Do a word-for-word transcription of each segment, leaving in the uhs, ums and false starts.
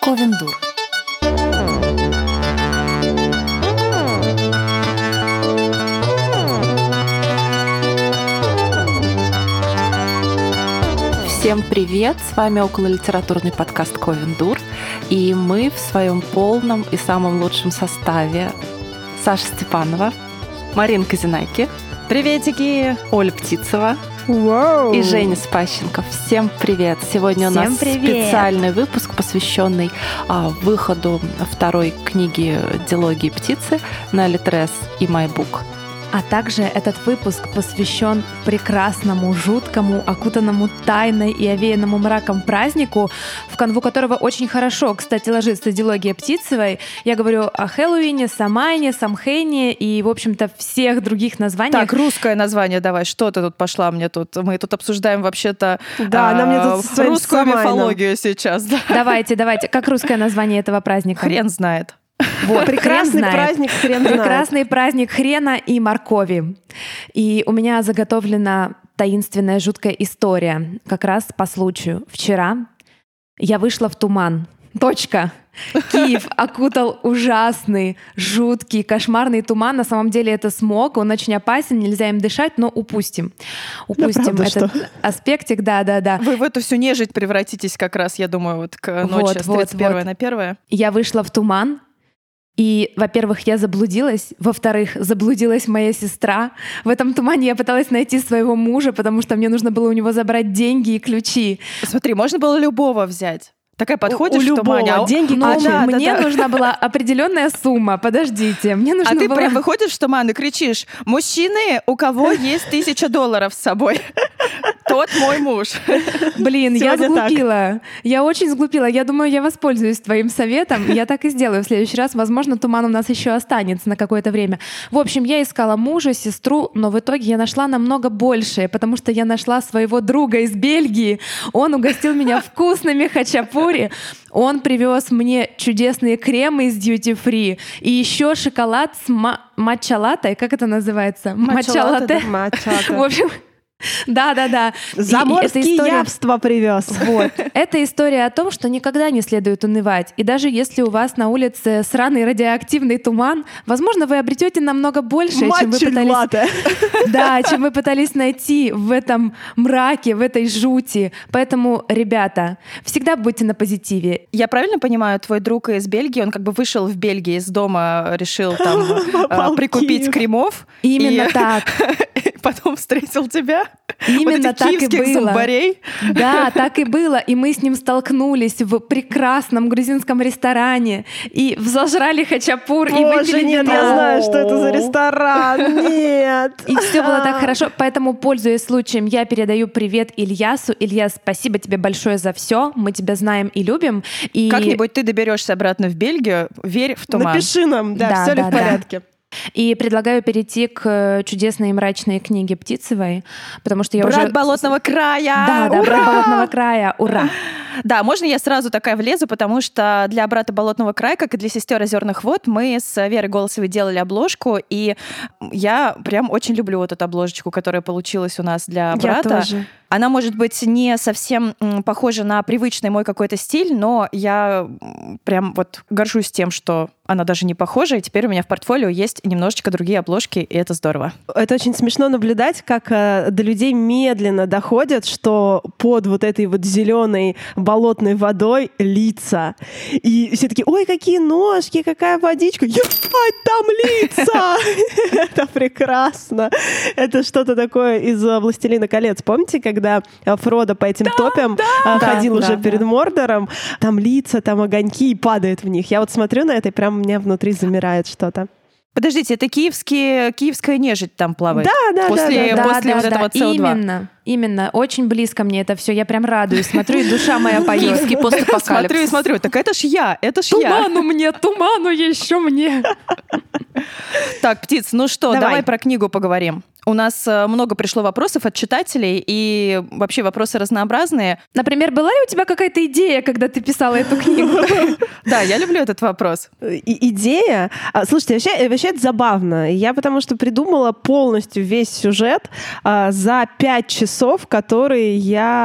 Ковендур. Всем привет! С вами окололитературный подкаст Ковендур, и мы в своем полном и самом лучшем составе: Саша Степанова, Маринка Зинайки, приветики, Оля Птицева Воу. и Женя Спащенко. Всем привет! Сегодня Всем у нас привет. специальный выпуск, посвященный а, выходу второй книги дилогии «Птицы» на Литрес и MyBook. А также этот выпуск посвящен прекрасному, жуткому, окутанному тайной и овеянному мраком празднику, в канву которого очень хорошо, кстати, ложится дилогия Птицевой. Я говорю о Хэллоуине, Самайне, Самхэйне и, в общем-то, всех других названиях. Так, русское название давай. Что ты тут пошла мне тут? Мы тут обсуждаем вообще-то да, она мне тут а, русскую Самайном. мифологию сейчас. Да. Давайте, давайте. Как русское название этого праздника? Хрен знает. Вот, прекрасный праздник хрен знает. Прекрасный праздник хрена и моркови. И у меня заготовлена таинственная жуткая история как раз по случаю. Вчера я вышла в туман. Точка. Киев окутал ужасный, жуткий, кошмарный туман. На самом деле это смог, он очень опасен, нельзя им дышать, но упустим. Упустим да, этот что? аспектик, да-да-да. Вы в эту всю нежить превратитесь как раз, я думаю, вот к ночи Вот, с вот, тридцать первого вот. на первое. Я вышла в туман, и, во-первых, я заблудилась, во-вторых, заблудилась моя сестра. В этом тумане я пыталась найти своего мужа, потому что мне нужно было у него забрать деньги и ключи. Смотри, можно было любого взять. Такая подходишь у в тумане, любого. а Деньги Но ключи. да, да, мне да. нужна была определенная сумма. Подождите, мне нужно А ты было... прям выходишь в туман и кричишь: мужчины, у кого есть тысяча долларов с собой? Тот мой муж. Блин, я Сегодня так. сглупила. Я очень сглупила. Я думаю, я воспользуюсь твоим советом. Я так и сделаю в следующий раз. Возможно, туман у нас еще останется на какое-то время. В общем, я искала мужа, сестру, но в итоге я нашла намного большее, потому что я нашла своего друга из Бельгии. Он угостил меня вкусными хачапури. Он привез мне чудесные кремы из Duty Free и еще шоколад с ма- матча-латте. Как это называется? Матча-латте, Матча-латте. Матча-латте. В общем, да-да-да. И- и Заморские эта история- явства привез. Вот. Это история о том, что никогда не следует унывать. И даже если у вас на улице сраный радиоактивный туман, возможно, вы обретете намного больше, чем вы пытались... Матча-латте. Да, чем вы пытались найти в этом мраке, в этой жути. Поэтому, ребята, всегда будьте на позитиве. Я правильно понимаю, твой друг из Бельгии, он как бы вышел в Бельгии из дома, решил там Попал э, в прикупить Киев. кремов. Именно и так. потом встретил тебя. Именно вот так и этих киевских было. зомбарей. Да, так и было. И мы с ним столкнулись в прекрасном грузинском ресторане и зажрали хачапур и Боже, выпили нет, вина. я знаю, что это за ресторан. Нет. И все было так хорошо, поэтому, пользуясь случаем, я передаю привет Ильясу. Ильяс, спасибо тебе большое за все. Мы тебя знаем и любим. И... Как-нибудь ты доберешься обратно в Бельгию, верь в туман. Напиши нам, да, Да, все ли да, в да. порядке. И предлагаю перейти к чудесной и мрачной книге Птицевой, потому что я Брат уже... болотного края! Да, да, Ура! брат болотного края. Ура! Да, можно я сразу такая влезу, потому что для брата болотного края, как и для сестер озерных вод, мы с Верой Голосовой делали обложку, и я прям очень люблю вот эту обложечку, которая получилась у нас для брата. Я тоже. Она, может быть, не совсем м, похожа на привычный мой какой-то стиль, но я м, прям вот горжусь тем, что она даже не похожа, и теперь у меня в портфолио есть немножечко другие обложки, и это здорово. Это очень смешно наблюдать, как э, до людей медленно доходит, что под вот этой вот зеленой болотной водой лица. И все такие: ой, какие ножки, какая водичка. Ебать, там лица! Это прекрасно. Это что-то такое из э, «Властелина колец». Помните, когда э, Фродо по этим топям э, ходил Да, уже да, перед да. Мордором? Там лица, там огоньки, и падает в них. Я вот смотрю на это, и прям у меня внутри замирает что-то. Подождите, это киевские, киевская нежить там плавает? Да, да, после, да, да. после да, вот да, этого да. С О два. Именно, именно. Очень близко мне это все. Я прям радуюсь, смотрю, и душа моя поет. Киевский постапокалипсис. Смотрю и смотрю, так это ж я, это ж я. Туману мне, туману еще мне. Так, птиц, ну что, Давай. давай про книгу поговорим. У нас э, много пришло вопросов от читателей, и вообще вопросы разнообразные. Например, была ли у тебя какая-то идея, когда ты писала эту книгу? Да, я люблю этот вопрос. И идея... а, Слушайте, вообще, вообще это забавно. Я потому что придумала полностью весь сюжет а, за пять часов часов, которые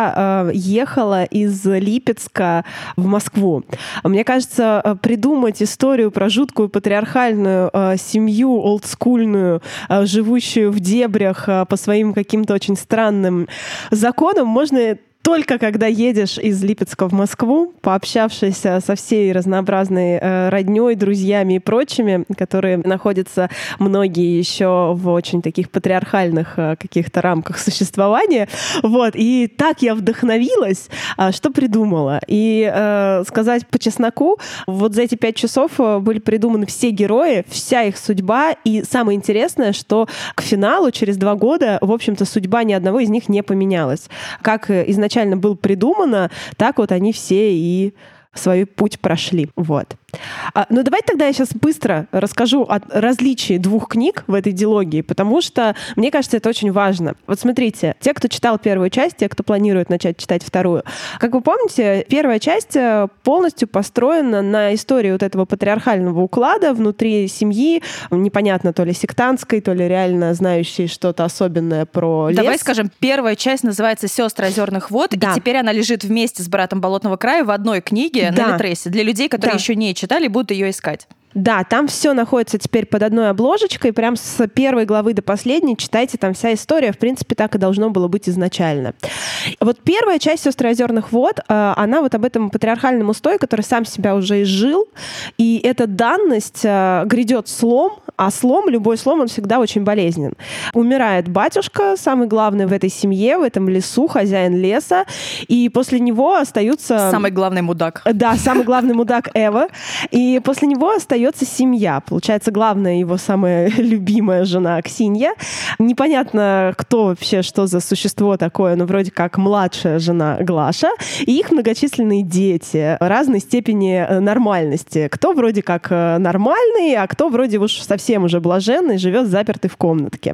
я э, ехала из Липецка в Москву. Мне кажется, придумать историю про жуткую патриархальную э, семью олдскульную, э, живущую в дебрях э, по своим каким-то очень странным законам, можно только когда едешь из Липецка в Москву, пообщавшись со всей разнообразной э, роднёй, друзьями и прочими, которые находятся многие еще в очень таких патриархальных э, каких-то рамках существования. Вот. И так я вдохновилась, э, что придумала. И э, сказать по чесноку, вот за эти пять часов были придуманы все герои, вся их судьба. И самое интересное, что к финалу через два года, в общем-то, судьба ни одного из них не поменялась. Как изначально было придумано, так вот они все и свой путь прошли. Вот. А, ну, давайте тогда я сейчас быстро расскажу о различии двух книг в этой дилогии, потому что, мне кажется, это очень важно. Вот смотрите, те, кто читал первую часть, те, кто планирует начать читать вторую, как вы помните, первая часть полностью построена на истории вот этого патриархального уклада внутри семьи, непонятно, то ли сектантской, то ли реально знающей что-то особенное про лес. Давай скажем, первая часть называется «Сестры озерных вод», да. И теперь она лежит вместе с «Братом Болотного края» в одной книге, да. На Литресе, для людей, которые да. еще не читали, будут ее искать. Да, там все находится теперь под одной обложечкой, прям с первой главы до последней читайте, там вся история, в принципе, так и должно было быть изначально. Вот первая часть «Сестры озерных вод», она вот об этом патриархальном устое, который сам себя уже изжил, и эта данность, грядет слом, а слом, любой слом, он всегда очень болезнен. Умирает батюшка, самый главный в этой семье, в этом лесу, хозяин леса, и после него остаются... Самый главный мудак. Да, самый главный мудак Эва, и после него остается семья. Получается, главная его самая любимая жена Аксинья. Непонятно, кто вообще, что за существо такое, но вроде как младшая жена Глаша. И их многочисленные дети разной степени нормальности. Кто вроде как нормальный, а кто вроде уж совсем уже блаженный, живет запертый в комнатке.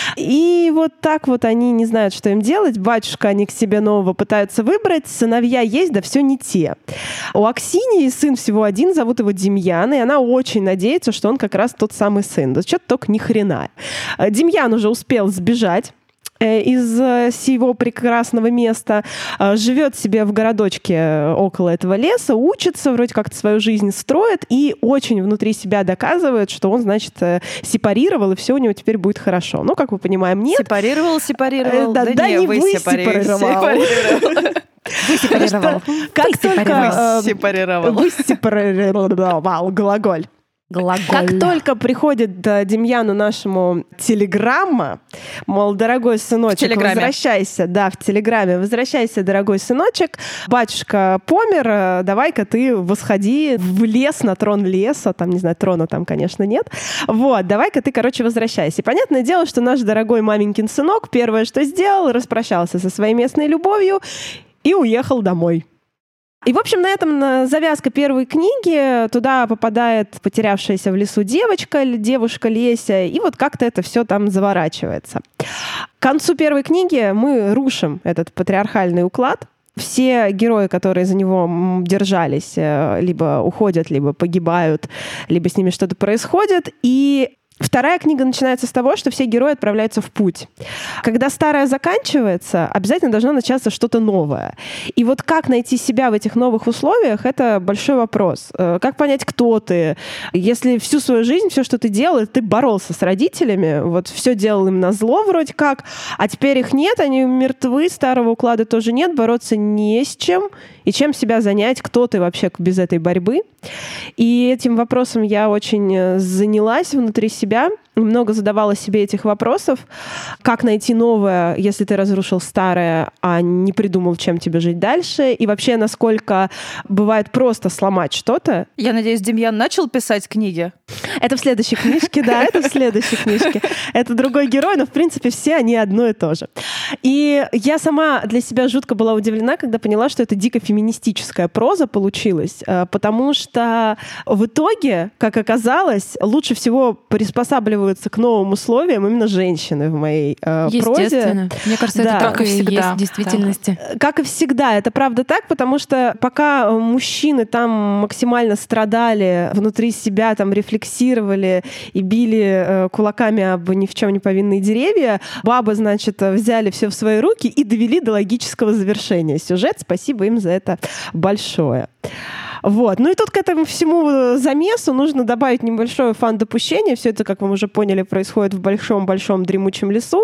И вот так вот они не знают, что им делать. Батюшка они к себе нового пытаются выбрать. Сыновья есть, да все не те. У Аксиньи сын всего один, зовут его Демьян, и она очень надеется, что он как раз тот самый сын. Да что-то только ни хрена. Демьян уже успел сбежать из сего прекрасного места, живет себе в городочке около этого леса, учится, вроде как-то свою жизнь строит и очень внутри себя доказывает, что он, значит, сепарировал, и все у него теперь будет хорошо. Ну, как мы понимаем, нет. Сепарировал, сепарировал. Да, да, да не, не вы сепарировал. Высепарировал. Как только... Высепарировал. Высепарировал. Глаголь. Глаголь. Как только приходит да, Демьяну нашему телеграмма, мол, дорогой сыночек, возвращайся, да, в телеграме, возвращайся, дорогой сыночек, батюшка помер, давай-ка ты восходи в лес, на трон леса, там, не знаю, трона там, конечно, нет, вот, давай-ка ты, короче, возвращайся. И понятное дело, что наш дорогой маменькин сынок первое, что сделал, распрощался со своей местной любовью и уехал домой. И, в общем, на этом завязка первой книги. Туда попадает потерявшаяся в лесу девочка, девушка Леся, и вот как-то это все там заворачивается. К концу первой книги мы рушим этот патриархальный уклад. Все герои, которые за него держались, либо уходят, либо погибают, либо с ними что-то происходит. И вторая книга начинается с того, что все герои отправляются в путь. Когда старая заканчивается, обязательно должно начаться что-то новое. И вот как найти себя в этих новых условиях, это большой вопрос. Как понять, кто ты? Если всю свою жизнь, все, что ты делал, ты боролся с родителями, вот все делал им назло вроде как, а теперь их нет, они мертвы, старого уклада тоже нет, бороться не с чем. И чем себя занять, кто ты вообще без этой борьбы. И этим вопросом я очень занялась внутри себя, много задавала себе этих вопросов. Как найти новое, если ты разрушил старое, а не придумал, чем тебе жить дальше? И вообще, насколько бывает просто сломать что-то? Я надеюсь, Демьян начал писать книги? Это в следующей книжке, да, это в следующей книжке. Это другой герой, но, в принципе, все они одно и то же. И я сама для себя жутко была удивлена, когда поняла, что это дико феминистическая проза получилась, потому что в итоге, как оказалось, лучше всего приспосабливать приспосабливаются к новым условиям именно женщины в моей э, прозе. Естественно. Мне кажется, Да. это Как так и и всегда. есть в действительности. Как и всегда, это правда так, потому что пока мужчины там максимально страдали, внутри себя там рефлексировали и били э, кулаками об ни в чем не повинные деревья, бабы, значит, взяли все в свои руки и довели до логического завершения сюжет. Спасибо им за это большое. Вот. Ну и тут к этому всему замесу нужно добавить небольшое фан-допущение. Все это, как вы уже поняли, происходит в большом-большом дремучем лесу.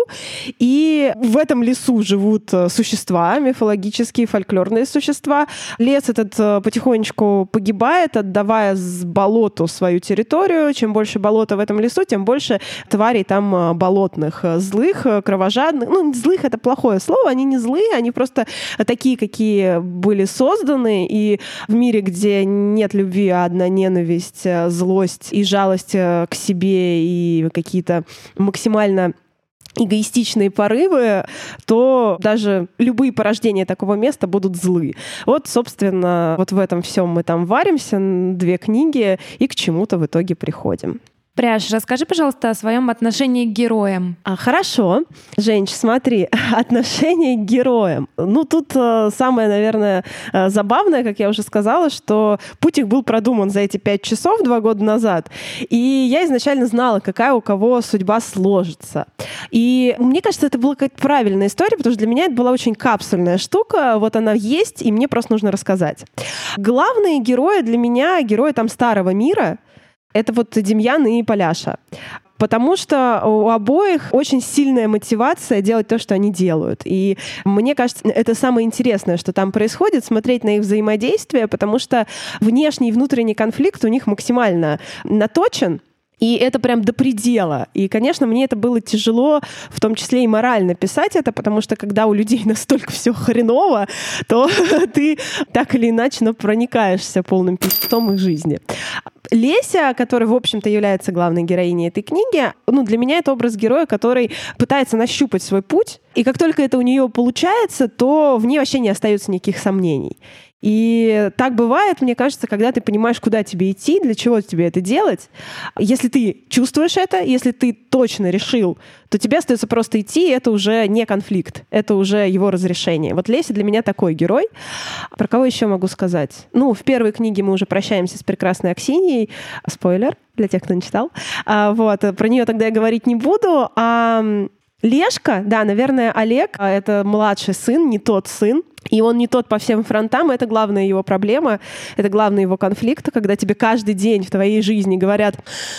И в этом лесу живут существа, мифологические, фольклорные существа. Лес этот потихонечку погибает, отдавая болоту свою территорию. Чем больше болота в этом лесу, тем больше тварей там болотных, злых, кровожадных. Ну, злых — это плохое слово, они не злые, они просто такие, какие были созданы. И в мире, где нет любви, а одна ненависть, злость и жалость к себе и какие-то максимально эгоистичные порывы, то даже любые порождения такого места будут злы. Вот, собственно, вот в этом всем мы там варимся, две книги, и к чему-то в итоге приходим. Пряж, расскажи, пожалуйста, о своем отношении к героям. А, хорошо. Женщ, смотри, отношение к героям. Ну, тут э, самое, наверное, э, забавное, как я уже сказала, что путь их был продуман за эти пять часов два года назад. И я изначально знала, какая у кого судьба сложится. И мне кажется, это была какая-то правильная история, потому что для меня это была очень капсульная штука. Вот она есть, и мне просто нужно рассказать. Главные герои для меня, герои там старого мира, это вот Демьян и Поляша. Потому что у обоих очень сильная мотивация делать то, что они делают. И мне кажется, это самое интересное, что там происходит, смотреть на их взаимодействие, потому что внешний и внутренний конфликт у них максимально наточен. И это прям до предела. И, конечно, мне это было тяжело, в том числе и морально писать это, потому что когда у людей настолько все хреново, то ты так или иначе но проникаешься полным пи***том их жизни. Леся, которая, в общем-то, является главной героиней этой книги, ну, для меня это образ героя, который пытается нащупать свой путь, и как только это у нее получается, то в ней вообще не остается никаких сомнений. И так бывает, мне кажется, когда ты понимаешь, куда тебе идти, для чего тебе это делать. Если ты чувствуешь это, если ты точно решил, то тебе остается просто идти, и это уже не конфликт, это уже его разрешение. Вот Леся для меня такой герой. Про кого еще могу сказать? Ну, в первой книге мы уже прощаемся с прекрасной Аксиньей. Спойлер для тех, кто не читал. А, вот, про нее тогда я говорить не буду. А Лешка, да, наверное, Олег, это младший сын, не тот сын. И он не тот по всем фронтам, это главная его проблема, это главный его конфликт, когда тебе каждый день в твоей жизни говорят: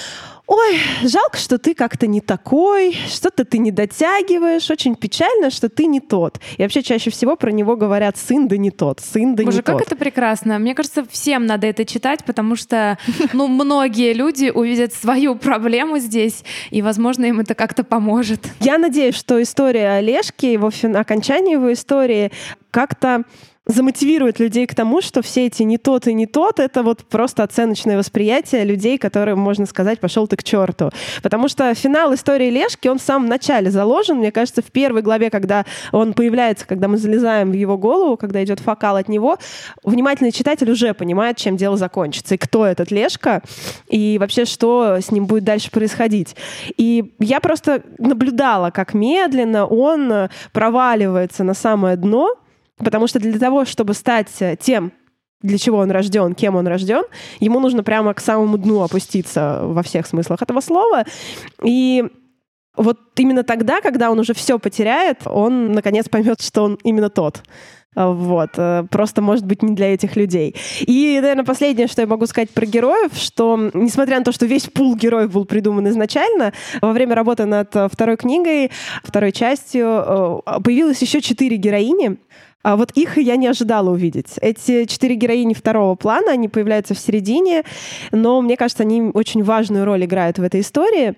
ой, жалко, что ты как-то не такой, что-то ты не дотягиваешь, очень печально, что ты не тот. И вообще чаще всего про него говорят: сын да не тот, сын да Боже, не тот. как это прекрасно. Мне кажется, всем надо это читать, потому что, ну, многие люди увидят свою проблему здесь, и, возможно, им это как-то поможет. Я надеюсь, что история Олежки, его фин... окончание его истории как-то замотивирует людей к тому, что все эти не тот и не тот — это вот просто оценочное восприятие людей, которым можно сказать: пошел ты к черту. Потому что финал истории Лешки, он в самом начале заложен. Мне кажется, в первой главе, когда он появляется, когда мы залезаем в его голову, когда идет фокал от него, внимательный читатель уже понимает, чем дело закончится, и кто этот Лешка, и вообще, что с ним будет дальше происходить. И я просто наблюдала, как медленно он проваливается на самое дно, потому что для того, чтобы стать тем, для чего он рожден, кем он рожден, ему нужно прямо к самому дну опуститься во всех смыслах этого слова. И вот именно тогда, когда он уже все потеряет, он наконец поймет, что он именно тот. Вот. Просто, может быть, не для этих людей. И, наверное, последнее, что я могу сказать про героев, что, несмотря на то, что весь пул героев был придуман изначально, во время работы над второй книгой, второй частью, появилось еще четыре героини. А вот их я не ожидала увидеть. Эти четыре героини второго плана, они появляются в середине, но, мне кажется, они очень важную роль играют в этой истории.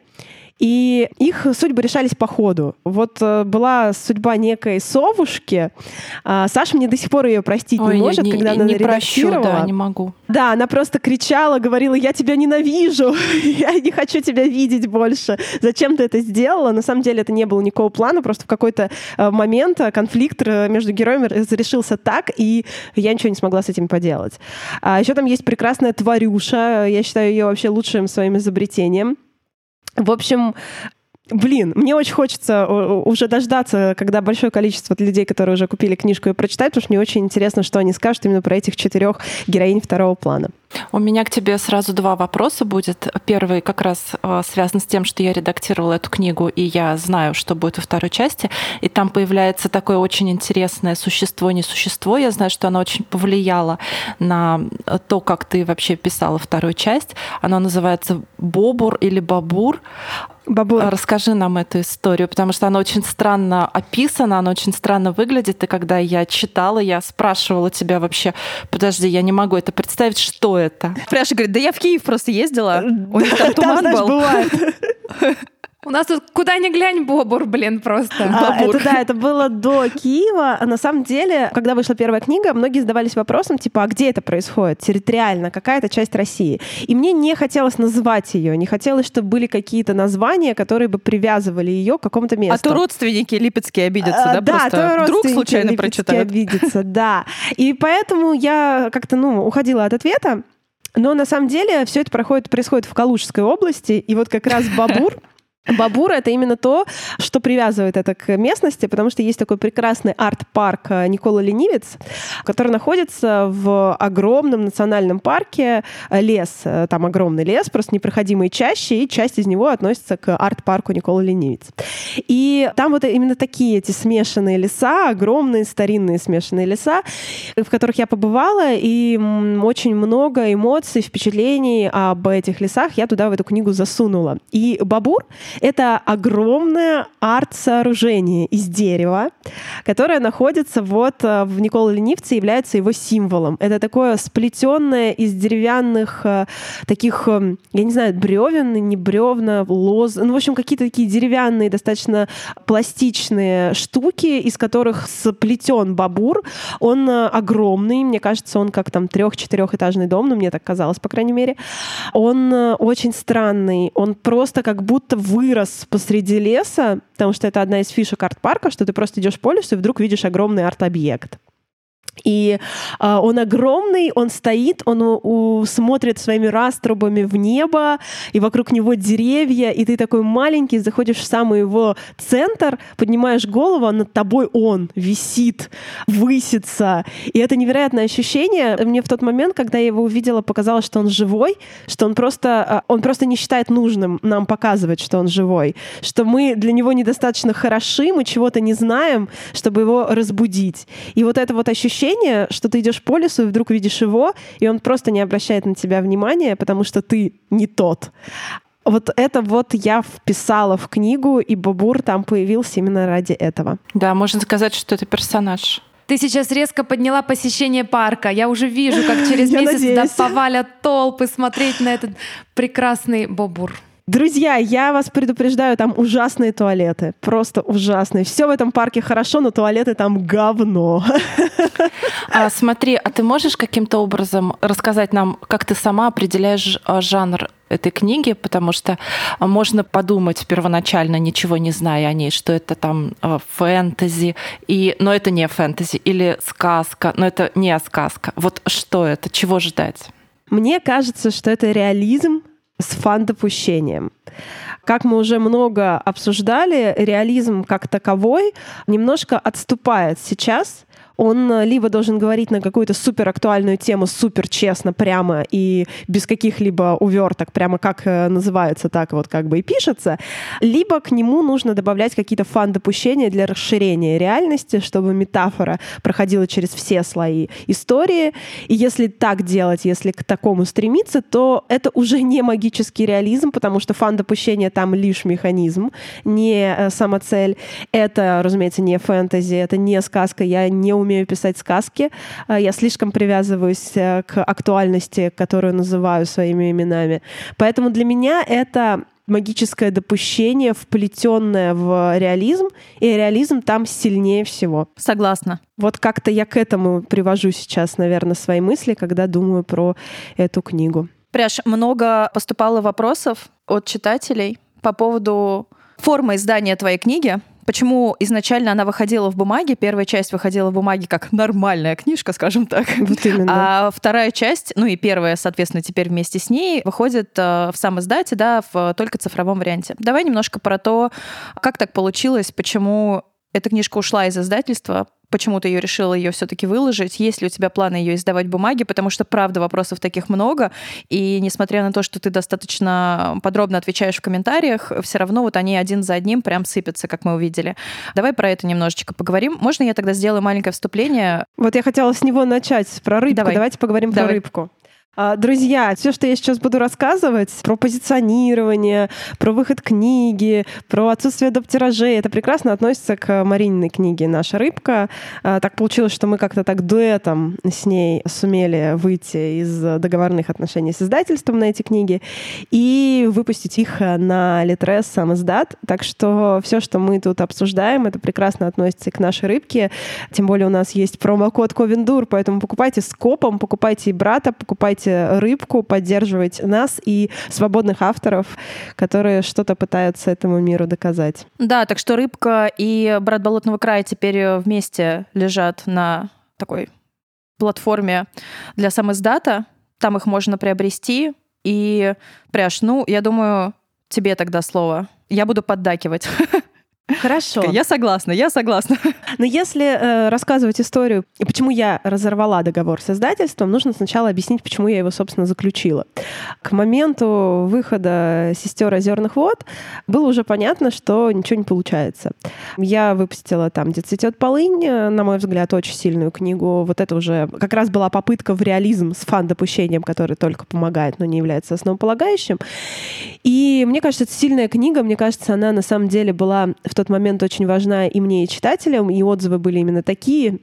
И их судьбы решались по ходу. Вот э, была судьба некой совушки. А, Саша мне до сих пор ее простить Ой, не может, не, когда она не редактировала. прощу, да, не могу. Да, она просто кричала, говорила: я тебя ненавижу, я не хочу тебя видеть больше. Зачем ты это сделала? На самом деле это не было никакого плана, просто в какой-то э, момент конфликт между героями разрешился так, и я ничего не смогла с этим поделать. А еще там есть прекрасная Тварюша, я считаю ее вообще лучшим своим изобретением. В общем, блин, мне очень хочется уже дождаться, когда большое количество людей, которые уже купили книжку, ее прочитать, потому что мне очень интересно, что они скажут именно про этих четырех героинь второго плана. У меня к тебе сразу два вопроса будет. Первый как раз связан с тем, что я редактировала эту книгу, и я знаю, что будет во второй части. И там появляется такое очень интересное существо-несущество. Я знаю, что оно очень повлияло на то, как ты вообще писала вторую часть. Оно называется Бобур или Бабур. Бабур. Расскажи нам эту историю, потому что она очень странно описана, она очень странно выглядит. И когда я читала, я спрашивала тебя вообще, подожди, я не могу это представить, что это? Пряша говорит, да я в Киев просто ездила, у них там туман был. Бывает. У нас тут куда ни глянь бобур, блин, просто. А, это да, это было до Киева. А на самом деле, когда вышла первая книга, многие задавались вопросом, типа, а где это происходит? Территориально, какая-то часть России. И мне не хотелось называть ее, не хотелось, чтобы были какие-то названия, которые бы привязывали ее к какому-то месту. А то родственники липецкие обидятся, а, да? Да, просто то вдруг случайно липецкие прочитают. обидятся, да. И поэтому я как-то, ну, уходила от ответа. Но на самом деле все это проходит, происходит в Калужской области. И вот как раз Бабур Бабур — это именно то, что привязывает это к местности, потому что есть такой прекрасный арт-парк Никола Ленивец, который находится в огромном национальном парке. Лес, там огромный лес, просто непроходимые чащи, и часть из него относится к арт-парку Никола Ленивец. И там вот именно такие эти смешанные леса, огромные старинные смешанные леса, в которых я побывала, и очень много эмоций, впечатлений об этих лесах я туда в эту книгу засунула. И Бабур — это огромное арт-сооружение из дерева, которое находится вот в Никола Ленивце, является его символом. Это такое сплетенное из деревянных таких, я не знаю, бревен, не бревна, лоз, ну, в общем, какие-то такие деревянные, достаточно пластичные штуки, из которых сплетен Бабур. Он огромный, мне кажется, он как там трех-четырехэтажный дом, ну, мне так казалось, по крайней мере. Он очень странный, он просто как будто вырос посреди леса, потому что это одна из фишек арт-парка, что ты просто идешь по лесу и вдруг видишь огромный арт-объект. И э, он огромный, он стоит, он у, у, смотрит своими раструбами в небо, и вокруг него деревья, и ты такой маленький, заходишь в самый его центр, поднимаешь голову, а над тобой он висит, высится. И это невероятное ощущение. Мне в тот момент, когда я его увидела, показалось, что он живой, что он просто, он просто не считает нужным нам показывать, что он живой, что мы для него недостаточно хороши, мы чего-то не знаем, чтобы его разбудить. И вот это вот ощущение, что ты идешь по лесу и вдруг видишь его, и он просто не обращает на тебя внимания, потому что ты не тот. Вот это вот я вписала в книгу, и Бабур там появился именно ради этого. Да, можно сказать, что это персонаж. Ты сейчас резко подняла посещение парка. Я уже вижу, как через месяц туда повалят толпы смотреть на этот прекрасный Бабур. Друзья, я вас предупреждаю, там ужасные туалеты. Просто ужасные. Все в этом парке хорошо, но туалеты там говно. А, смотри, а ты можешь каким-то образом рассказать нам, как ты сама определяешь жанр этой книги? Потому что можно подумать первоначально, ничего не зная о ней, что это там фэнтези, и... но это не фэнтези, или сказка, но это не сказка. Вот что это? Чего ждать? Мне кажется, что это реализм с фан-допущением. Как мы уже много обсуждали, реализм как таковой немножко отступает сейчас. Он либо должен говорить на какую-то суперактуальную тему супер честно, прямо и без каких-либо уверток, прямо как называется, так вот как бы и пишется, либо к нему нужно добавлять какие-то фан-допущения для расширения реальности, чтобы метафора проходила через все слои истории. И если так делать, если к такому стремиться, то это уже не магический реализм, потому что фан-допущение там лишь механизм, не самоцель. Это, разумеется, не фэнтези, это не сказка, я не умею умею писать сказки. Я слишком привязываюсь к актуальности, которую называю своими именами. Поэтому для меня это магическое допущение, вплетенное в реализм, и реализм там сильнее всего. Согласна. Вот как-то я к этому привожу сейчас, наверное, свои мысли, когда думаю про эту книгу. Пряж, много поступало вопросов от читателей по поводу формы издания твоей книги, почему изначально она выходила в бумаге. Первая часть выходила в бумаге как нормальная книжка, скажем так. Вот именно. А вторая часть, ну и первая, соответственно, теперь вместе с ней, выходит в самиздате, да, в только цифровом варианте. Давай немножко про то, как так получилось, почему эта книжка ушла из издательства, почему ты ее решила ее все-таки выложить, есть ли у тебя планы ее издавать в бумаге, потому что, правда, вопросов таких много, и несмотря на то, что ты достаточно подробно отвечаешь в комментариях, все равно вот они один за одним прям сыпятся, как мы увидели. Давай про это немножечко поговорим. Можно я тогда сделаю маленькое вступление? Вот я хотела с него начать, про рыбку. Давай. Давайте поговорим Давай. про рыбку. Друзья, все, что я сейчас буду рассказывать про позиционирование, про выход книги, про отсутствие доп-тиражей, это прекрасно относится к Марининой книге «Наша рыбка». Так получилось, что мы как-то так дуэтом с ней сумели выйти из договорных отношений с издательством на эти книги и выпустить их на Литрес самиздат. Так что все, что мы тут обсуждаем, это прекрасно относится и к «Нашей рыбке». Тем более у нас есть промокод Ковендур, поэтому покупайте с копом, покупайте и брата, покупайте рыбку, поддерживать нас и свободных авторов, которые что-то пытаются этому миру доказать. Да, так что «Рыбка» и «Брат болотного края» теперь вместе лежат на такой платформе для самиздата. Там их можно приобрести. И, Пряш, ну, я думаю, тебе тогда слово. Я буду поддакивать. Хорошо. Я согласна, я согласна. Но если э, рассказывать историю, и почему я разорвала договор с издательством, нужно сначала объяснить, почему я его, собственно, заключила. К моменту выхода «Сестер озерных вод» было уже понятно, что ничего не получается. Я выпустила там «Где цветет полынь», на мой взгляд, очень сильную книгу. Вот это уже как раз была попытка в реализм с фан-допущением, который только помогает, но не является основополагающим. И мне кажется, это сильная книга. Мне кажется, она на самом деле была в тот момент очень важна и мне, и читателям, и отзывы были именно такие.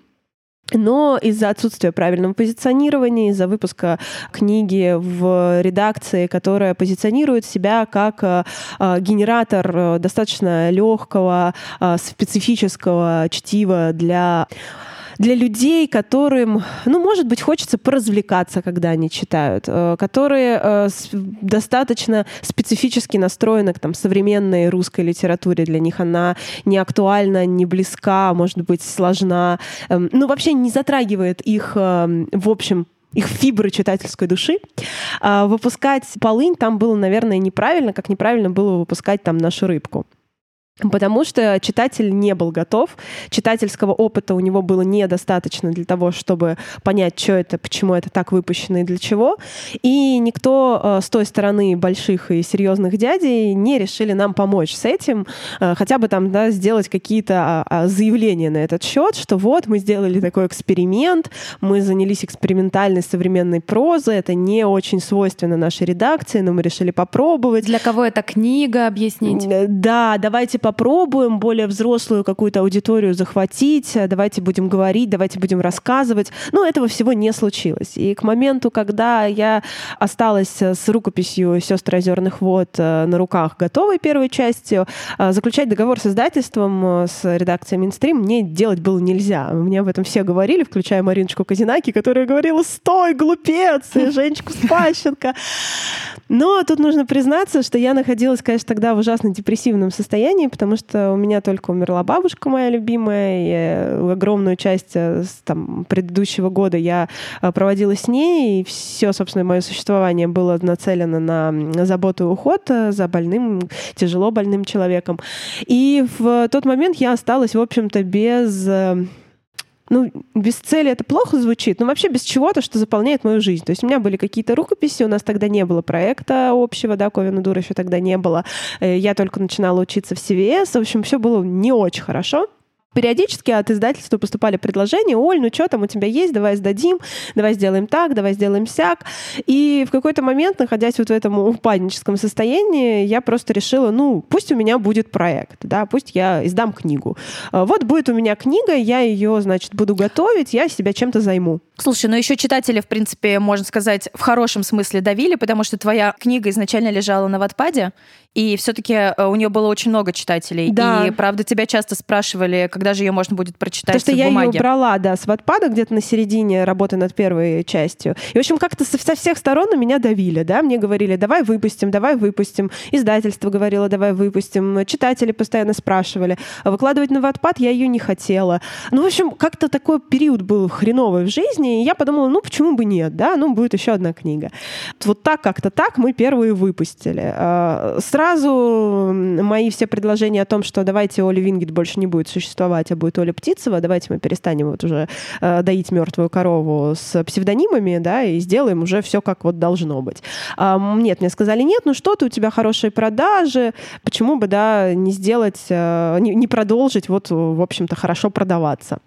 Но из-за отсутствия правильного позиционирования, из-за выпуска книги в редакции, которая позиционирует себя как э, генератор достаточно легкого, э, специфического чтива для... для людей, которым, ну, может быть, хочется поразвлекаться, когда они читают, которые э, с, достаточно специфически настроены к там, современной русской литературе. Для них она не актуальна, не близка, может быть, сложна. Э, ну, вообще не затрагивает их, э, в общем, их фибры читательской души. А выпускать «Полынь» там было, наверное, неправильно, как неправильно было выпускать там «Нашу рыбку». Потому что читатель не был готов, читательского опыта у него было недостаточно для того, чтобы понять, что это, почему это так выпущено и для чего. И никто э, с той стороны больших и серьезных дядей не решили нам помочь с этим, э, хотя бы там, да, сделать какие-то э, заявления на этот счет, что вот мы сделали такой эксперимент, мы занялись экспериментальной современной прозой, это не очень свойственно нашей редакции, но мы решили попробовать. Для кого эта книга, объяснить? Да, давайте попробуем более взрослую какую-то аудиторию захватить, давайте будем говорить, давайте будем рассказывать. Но этого всего не случилось. И к моменту, когда я осталась с рукописью «Сестры озерных вод» на руках, готовой первой частью, заключать договор с издательством, с редакцией «Минстрим» мне делать было нельзя. Мне об этом все говорили, включая Мариночку Козинаки, которая говорила: «Стой, глупец!» и Женечку Спащенко. Но тут нужно признаться, что я находилась, конечно, тогда в ужасно депрессивном состоянии, потому что у меня только умерла бабушка моя любимая, и огромную часть там, предыдущего года я проводила с ней, и все, собственно, мое существование было нацелено на заботу и уход за больным, тяжело больным человеком. И в тот момент я осталась, в общем-то, без... Ну, без цели это плохо звучит, но вообще без чего-то, что заполняет мою жизнь. То есть у меня были какие-то рукописи, у нас тогда не было проекта общего, да, Ковендур еще тогда не было. Я только начинала учиться в си ви эс. В общем, все было не очень хорошо. Периодически от издательства поступали предложения: «Оль, ну что там у тебя есть, давай сдадим, давай сделаем так, давай сделаем сяк». И в какой-то момент, находясь вот в этом упадническом состоянии, я просто решила, ну, пусть у меня будет проект, да, пусть я издам книгу. Вот будет у меня книга, я ее, значит, буду готовить, я себя чем-то займу. Слушай, ну еще читатели, в принципе, можно сказать, в хорошем смысле давили, потому что твоя книга изначально лежала на Wattpad, и все-таки у нее было очень много читателей. Да. И, правда, тебя часто спрашивали, когда когда же ее можно будет прочитать Потому что в я бумаге? ее убрала, да, с Wattpad где-то на середине работы над первой частью. И, в общем, как-то со, со всех сторон на меня давили, да, мне говорили, давай выпустим, давай выпустим. Издательство говорило, давай выпустим. Читатели постоянно спрашивали. А выкладывать на Wattpad я ее не хотела. Ну, в общем, как-то такой период был хреновый в жизни, и я подумала, ну, почему бы нет, да, ну, будет еще одна книга. Вот так, как-то так мы первые выпустили. Сразу мои все предложения о том, что давайте Оля Вингет больше не будет существовать, а будет Оля Птицева, давайте мы перестанем вот уже доить мертвую корову с псевдонимами, да, и сделаем уже все как вот должно быть. Нет, мне сказали, нет, ну что ты, у тебя хорошие продажи, почему бы, да, не сделать, не, не продолжить вот, в общем-то, хорошо продаваться.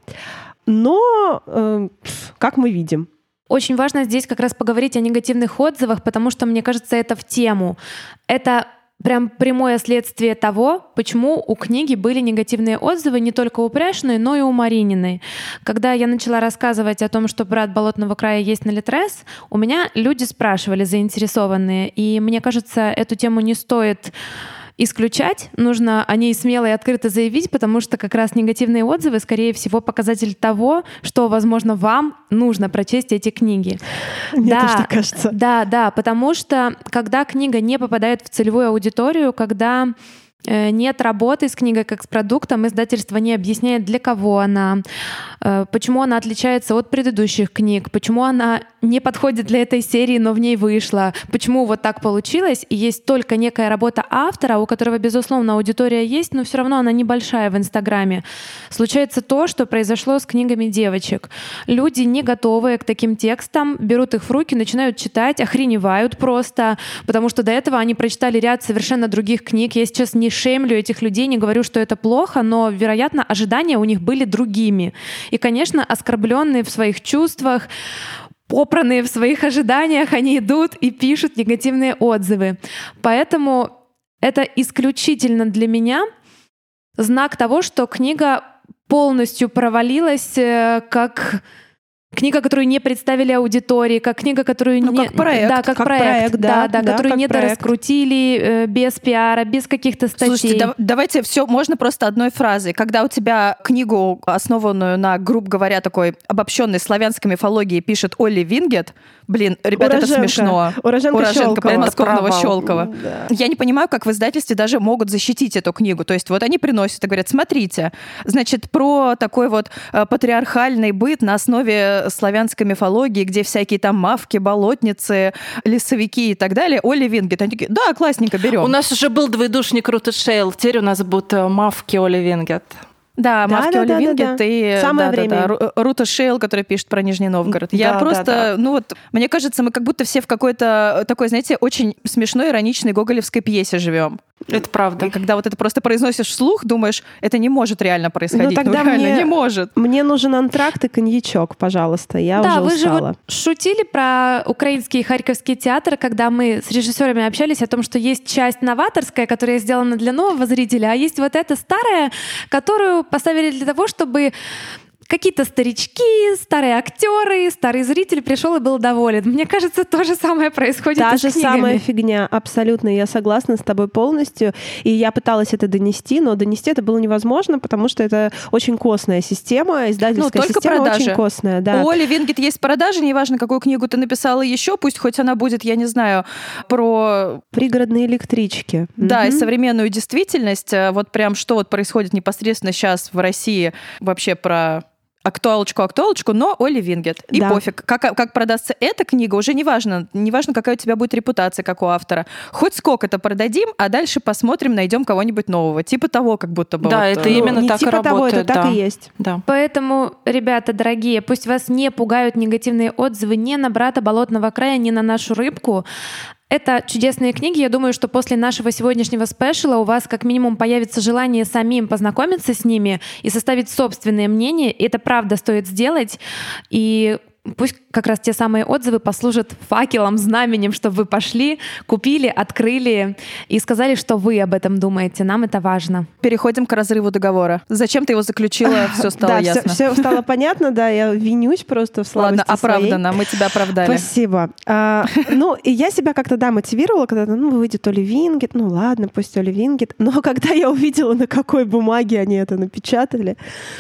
Но, э, как мы видим, очень важно здесь как раз поговорить о негативных отзывах, потому что, мне кажется, это в тему. Это прям прямое следствие того, почему у книги были негативные отзывы не только у Пряшиной, но и у Марининой. Когда я начала рассказывать о том, что «Брат болотного края» есть на Литрес, у меня люди спрашивали, заинтересованные, и мне кажется, эту тему не стоит исключать, нужно о ней смело и открыто заявить, потому что как раз негативные отзывы, скорее всего, показатель того, что, возможно, вам нужно прочесть эти книги. Мне да, тоже так кажется. Да, да, потому что когда книга не попадает в целевую аудиторию, когда нет работы с книгой как с продуктом, издательство не объясняет, для кого она, почему она отличается от предыдущих книг, почему она не подходит для этой серии, но в ней вышла, почему вот так получилось, и есть только некая работа автора, у которого, безусловно, аудитория есть, но все равно она небольшая в Инстаграме. Случается то, что произошло с книгами девочек. Люди, не готовые к таким текстам, берут их в руки, начинают читать, охреневают просто, потому что до этого они прочитали ряд совершенно других книг. Я сейчас не шеймлю этих людей, не говорю, что это плохо, но, вероятно, ожидания у них были другими. И, конечно, оскорбленные в своих чувствах, попранные в своих ожиданиях, они идут и пишут негативные отзывы. Поэтому это исключительно для меня знак того, что книга полностью провалилась как книга, которую не представили аудитории, как книга, которую ну, не... как проект. Да, как, как проект, проект, да, да, да, да, которую не дораскрутили э, без пиара, без каких-то статей. Слушайте, да, давайте все можно просто одной фразой. Когда у тебя книгу, основанную на, грубо говоря, такой обобщенной славянской мифологии, пишет Оля Вингет, блин, ребята, Уроженка. это смешно. Уроженка, Уроженка Щелкова. подмосковного Щелкова. Да. Я не понимаю, как в издательстве даже могут защитить эту книгу. То есть вот они приносят и говорят, смотрите, значит, про такой вот э, патриархальный быт на основе славянской мифологии, где всякие там мавки, болотницы, лесовики и так далее. Оля Вингет. Они такие, да, классненько, берем. У нас уже был двоедушник Руты Шейл, теперь у нас будут мавки Оли Вингет. Да, Да, Мавки да, Оли да, Вингет да. и Самое да, время. Да, да, Рута Шейл, которая пишет про Нижний Новгород. Я Да, просто, да, да. ну вот, мне кажется, мы как будто все в какой-то такой, знаете, очень смешной, ироничной гоголевской пьесе живем. Это правда. И когда вот это просто произносишь вслух, думаешь, это не может реально происходить. Ну, тогда ну, реально мне- не может. Мне нужен антракт и коньячок, пожалуйста. Я Да, уже вы же устала. вот шутили про украинский и харьковский театр, когда мы с режиссерами общались о том, что есть часть новаторская, которая сделана для нового зрителя, а есть вот эта старая, которую поставили для того, чтобы какие-то старички, старые актеры, старый зритель пришел и был доволен. Мне кажется, то же самое происходит Та и с же книгами. самая фигня, абсолютно. Я согласна с тобой полностью. И я пыталась это донести, но донести это было невозможно, потому что это очень костная система, издательская Ну, только система продажи. очень костная. Да. У Оли Вингет есть продажи, неважно, какую книгу ты написала еще, пусть хоть она будет, я не знаю, про... Пригородные электрички. Да, и Мгм. современную действительность. э, Вот прям что вот происходит непосредственно сейчас в России вообще про... Актуалочку, актуалочку, но Оли Вингет. И Да. пофиг. Как, как продастся эта книга, уже не важно. Не важно, какая у тебя будет репутация, как у автора. Хоть сколько-то продадим, а дальше посмотрим, найдем кого-нибудь нового. Типа того, как будто бы. Да, вот, это э, именно Не так и типа того, это работает, так да. и есть. Да. Поэтому, ребята дорогие, пусть вас не пугают негативные отзывы ни на «Брата болотного края», ни на «Нашу рыбку». Это чудесные книги. Я думаю, что после нашего сегодняшнего спешала у вас как минимум появится желание самим познакомиться с ними и составить собственное мнение. И это правда стоит сделать. И пусть как раз те самые отзывы послужат факелом, знаменем, чтобы вы пошли, купили, открыли и сказали, что вы об этом думаете. Нам это важно. Переходим к разрыву договора. Зачем ты его заключила, все стало да, ясно. Все, все стало понятно, да, я винюсь просто в слабости Ладно, оправдано, своей. мы тебя оправдали. Спасибо. А, ну, и я себя как-то, да, мотивировала, когда, ну, выйдет Оли Вингет, ну, ладно, пусть Оли Вингет. Но когда я увидела, на какой бумаге они это напечатали,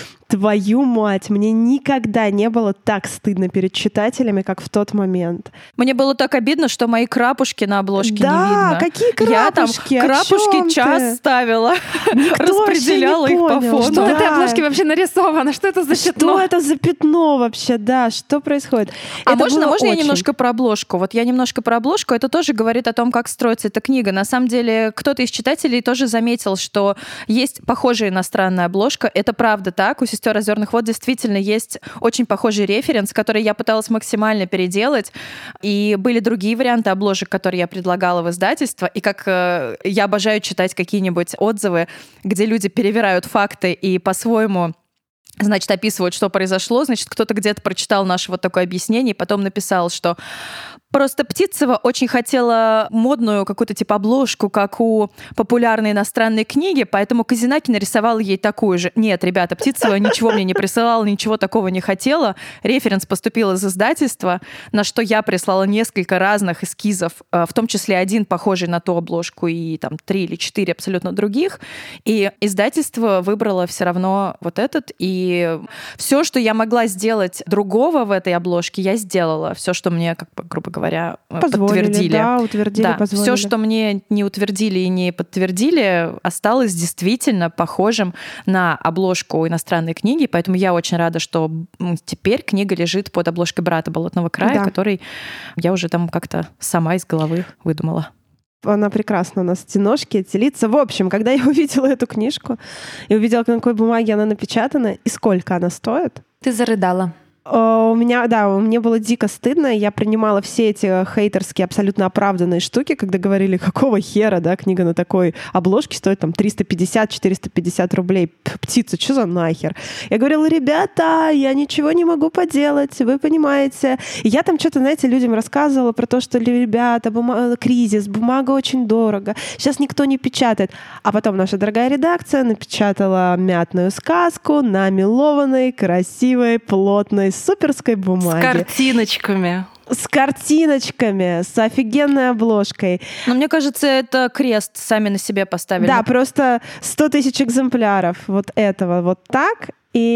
твою мать, мне никогда не было так стыдно перед читателями, как в тот момент. Мне было так обидно, что мои крапушки на обложке да, не видно. Да, какие крапушки? Я там крапушки час ты? ставила, Никто распределяла их по фону. Что да. на этой обложке вообще нарисовано? Что это за что пятно? Что это за пятно вообще? Да, что происходит? А это можно, можно очень... я немножко про обложку? Вот я немножко про обложку. Это тоже говорит о том, как строится эта книга. На самом деле, кто-то из читателей тоже заметил, что есть похожая иностранная обложка. Это правда так. У «Сестер озерных вод» действительно есть очень похожий референс, который я пыталась максимально переделать. И были другие варианты обложек, которые я предлагала в издательство. И как э, я обожаю читать какие-нибудь отзывы, где люди перевирают факты и по-своему, значит, описывают, что произошло. Значит, кто-то где-то прочитал наше вот такое объяснение и потом написал, что просто Птицева очень хотела модную какую-то типа обложку, как у популярной иностранной книги, поэтому Козинаки нарисовала ей такую же. Нет, ребята, Птицева ничего мне не присылала, ничего такого не хотела. Референс поступил из издательства, на что я прислала несколько разных эскизов, в том числе один похожий на ту обложку и там три или четыре абсолютно других. И издательство выбрало все равно вот этот. И все, что я могла сделать другого в этой обложке, я сделала. Все, что мне, как бы, грубо говоря, говоря, позволили, подтвердили. Да, утвердили, да, позволили. Все, что мне не утвердили и не подтвердили, осталось действительно похожим на обложку иностранной книги, поэтому я очень рада, что теперь книга лежит под обложкой «Брата Болотного края», да. который я уже там как-то сама из головы выдумала. Она прекрасно у нас эти ножки, эти лица. В общем, когда я увидела эту книжку и увидела, на какой бумаге она напечатана и сколько она стоит... Ты зарыдала. У меня, да, мне было дико стыдно. Я принимала все эти хейтерские, абсолютно оправданные штуки, когда говорили, какого хера, да, книга на такой обложке стоит там триста пятьдесят - четыреста пятьдесят рублей. Птица, что за нахер? Я говорила, ребята, я ничего не могу поделать, вы понимаете. И я там что-то, знаете, людям рассказывала про то, что, ребята, бума... кризис, бумага очень дорого, сейчас никто не печатает. А потом наша дорогая редакция напечатала мятную сказку на мелованной, красивой, плотной, суперской бумаге. С картиночками. С картиночками, с офигенной обложкой. Но мне кажется, это крест сами на себе поставили. Да, просто сто тысяч экземпляров вот этого вот так.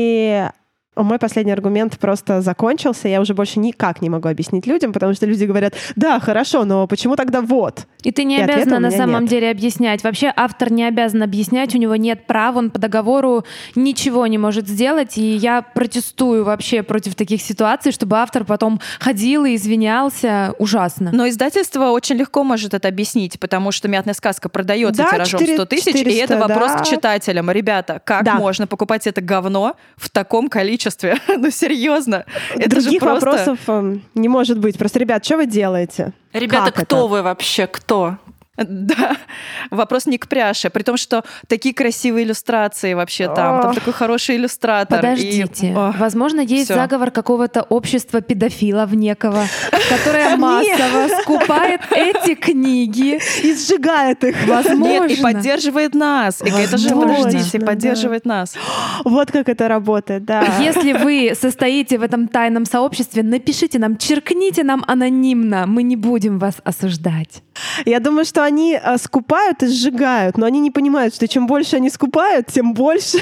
И мой последний аргумент просто закончился. Я уже больше никак не могу объяснить людям, потому что люди говорят, да, хорошо, но почему тогда вот? И ты не и обязана на самом нет. деле объяснять. Вообще автор не обязан объяснять, у него нет права, он по договору ничего не может сделать. И я протестую вообще против таких ситуаций, чтобы автор потом ходил и извинялся. Ужасно. Но издательство очень легко может это объяснить, потому что «Мятная сказка» продается да, тиражом сто тысяч, и это вопрос да. к читателям. Ребята, как да. можно покупать это говно в таком количестве? Ну, серьезно. Это Других же просто... вопросов не может быть. Просто, ребят, что вы делаете? Ребята, как кто это? вы вообще? Кто? Да, вопрос не к пряше, при том, что такие красивые иллюстрации вообще там, там такой хороший иллюстратор. Подождите, и... возможно, есть Всё. заговор какого-то общества педофилов некого, которое массово скупает эти книги и сжигает их. Возможно. Нет, и поддерживает нас. И это же, подождите, да. поддерживает нас. Вот как это работает, да. Если вы состоите в этом тайном сообществе, напишите нам, черкните нам анонимно, мы не будем вас осуждать. Я думаю, что они а, скупают и сжигают, но они не понимают, что чем больше они скупают, тем больше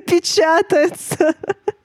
печатается.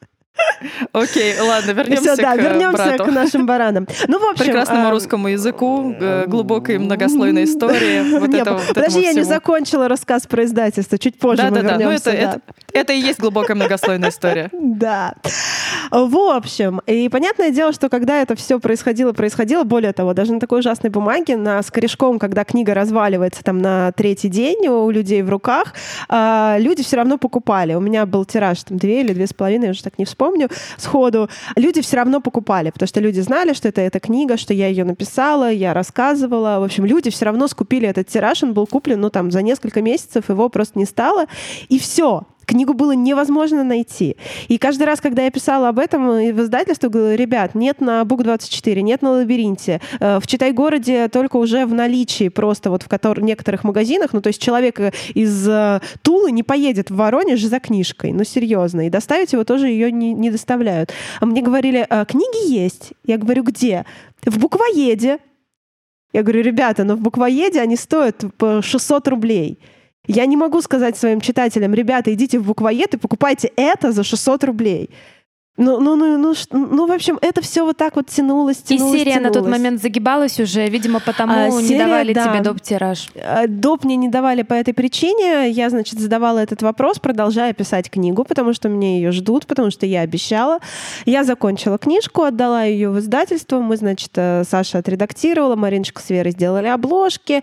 Окей, ладно, вернемся Всё, да, к вернемся брату. к нашим баранам. Ну, в общем, прекрасному а... русскому языку, глубокой многослойной истории. Вот не, этого, подожди, вот я всего. не закончила рассказ про издательство. Чуть позже да, мы да, да. вернемся. Ну, это, да. это, это и есть глубокая многослойная история. Да. В общем, и понятное дело, что когда это все происходило, происходило, более того, даже на такой ужасной бумаге, на, с корешком, когда книга разваливается там на третий день у людей в руках, люди все равно покупали. У меня был тираж там две или две с половиной, я уже так не вспомню, сходу. Люди все равно покупали, потому что люди знали, что это эта книга, что я ее написала, я рассказывала. В общем, люди все равно скупили этот тираж, он был куплен, ну, там, за несколько месяцев, его просто не стало. И все. Книгу было невозможно найти. И каждый раз, когда я писала об этом в издательство, говорю: ребят, нет на бук двадцать четыре, нет на Лабиринте. В Читай-городе только уже в наличии просто вот в которых, некоторых магазинах. Ну, то есть человек из Тулы не поедет в Воронеж за книжкой. Ну, серьезно. И доставить его тоже ее не, не доставляют. А мне говорили: книги есть. Я говорю: где? В буквоеде. Я говорю: ребята, но в буквоеде они стоят по шестьсот рублей. Я не могу сказать своим читателям: ребята, идите в буквоед и покупайте это за шестьсот рублей. Ну, ну, ну, ну, ну, в общем, это все вот так вот тянулось, тянулось, И серия тянулось. на тот момент загибалась уже, видимо, потому а, не серия, давали да. тебе доп-тираж. Доп мне не давали по этой причине. Я, значит, задавала этот вопрос, продолжая писать книгу, потому что мне ее ждут, потому что я обещала. Я закончила книжку, отдала ее в издательство. Мы, значит, Саша отредактировала, Мариночка с Верой сделали обложки.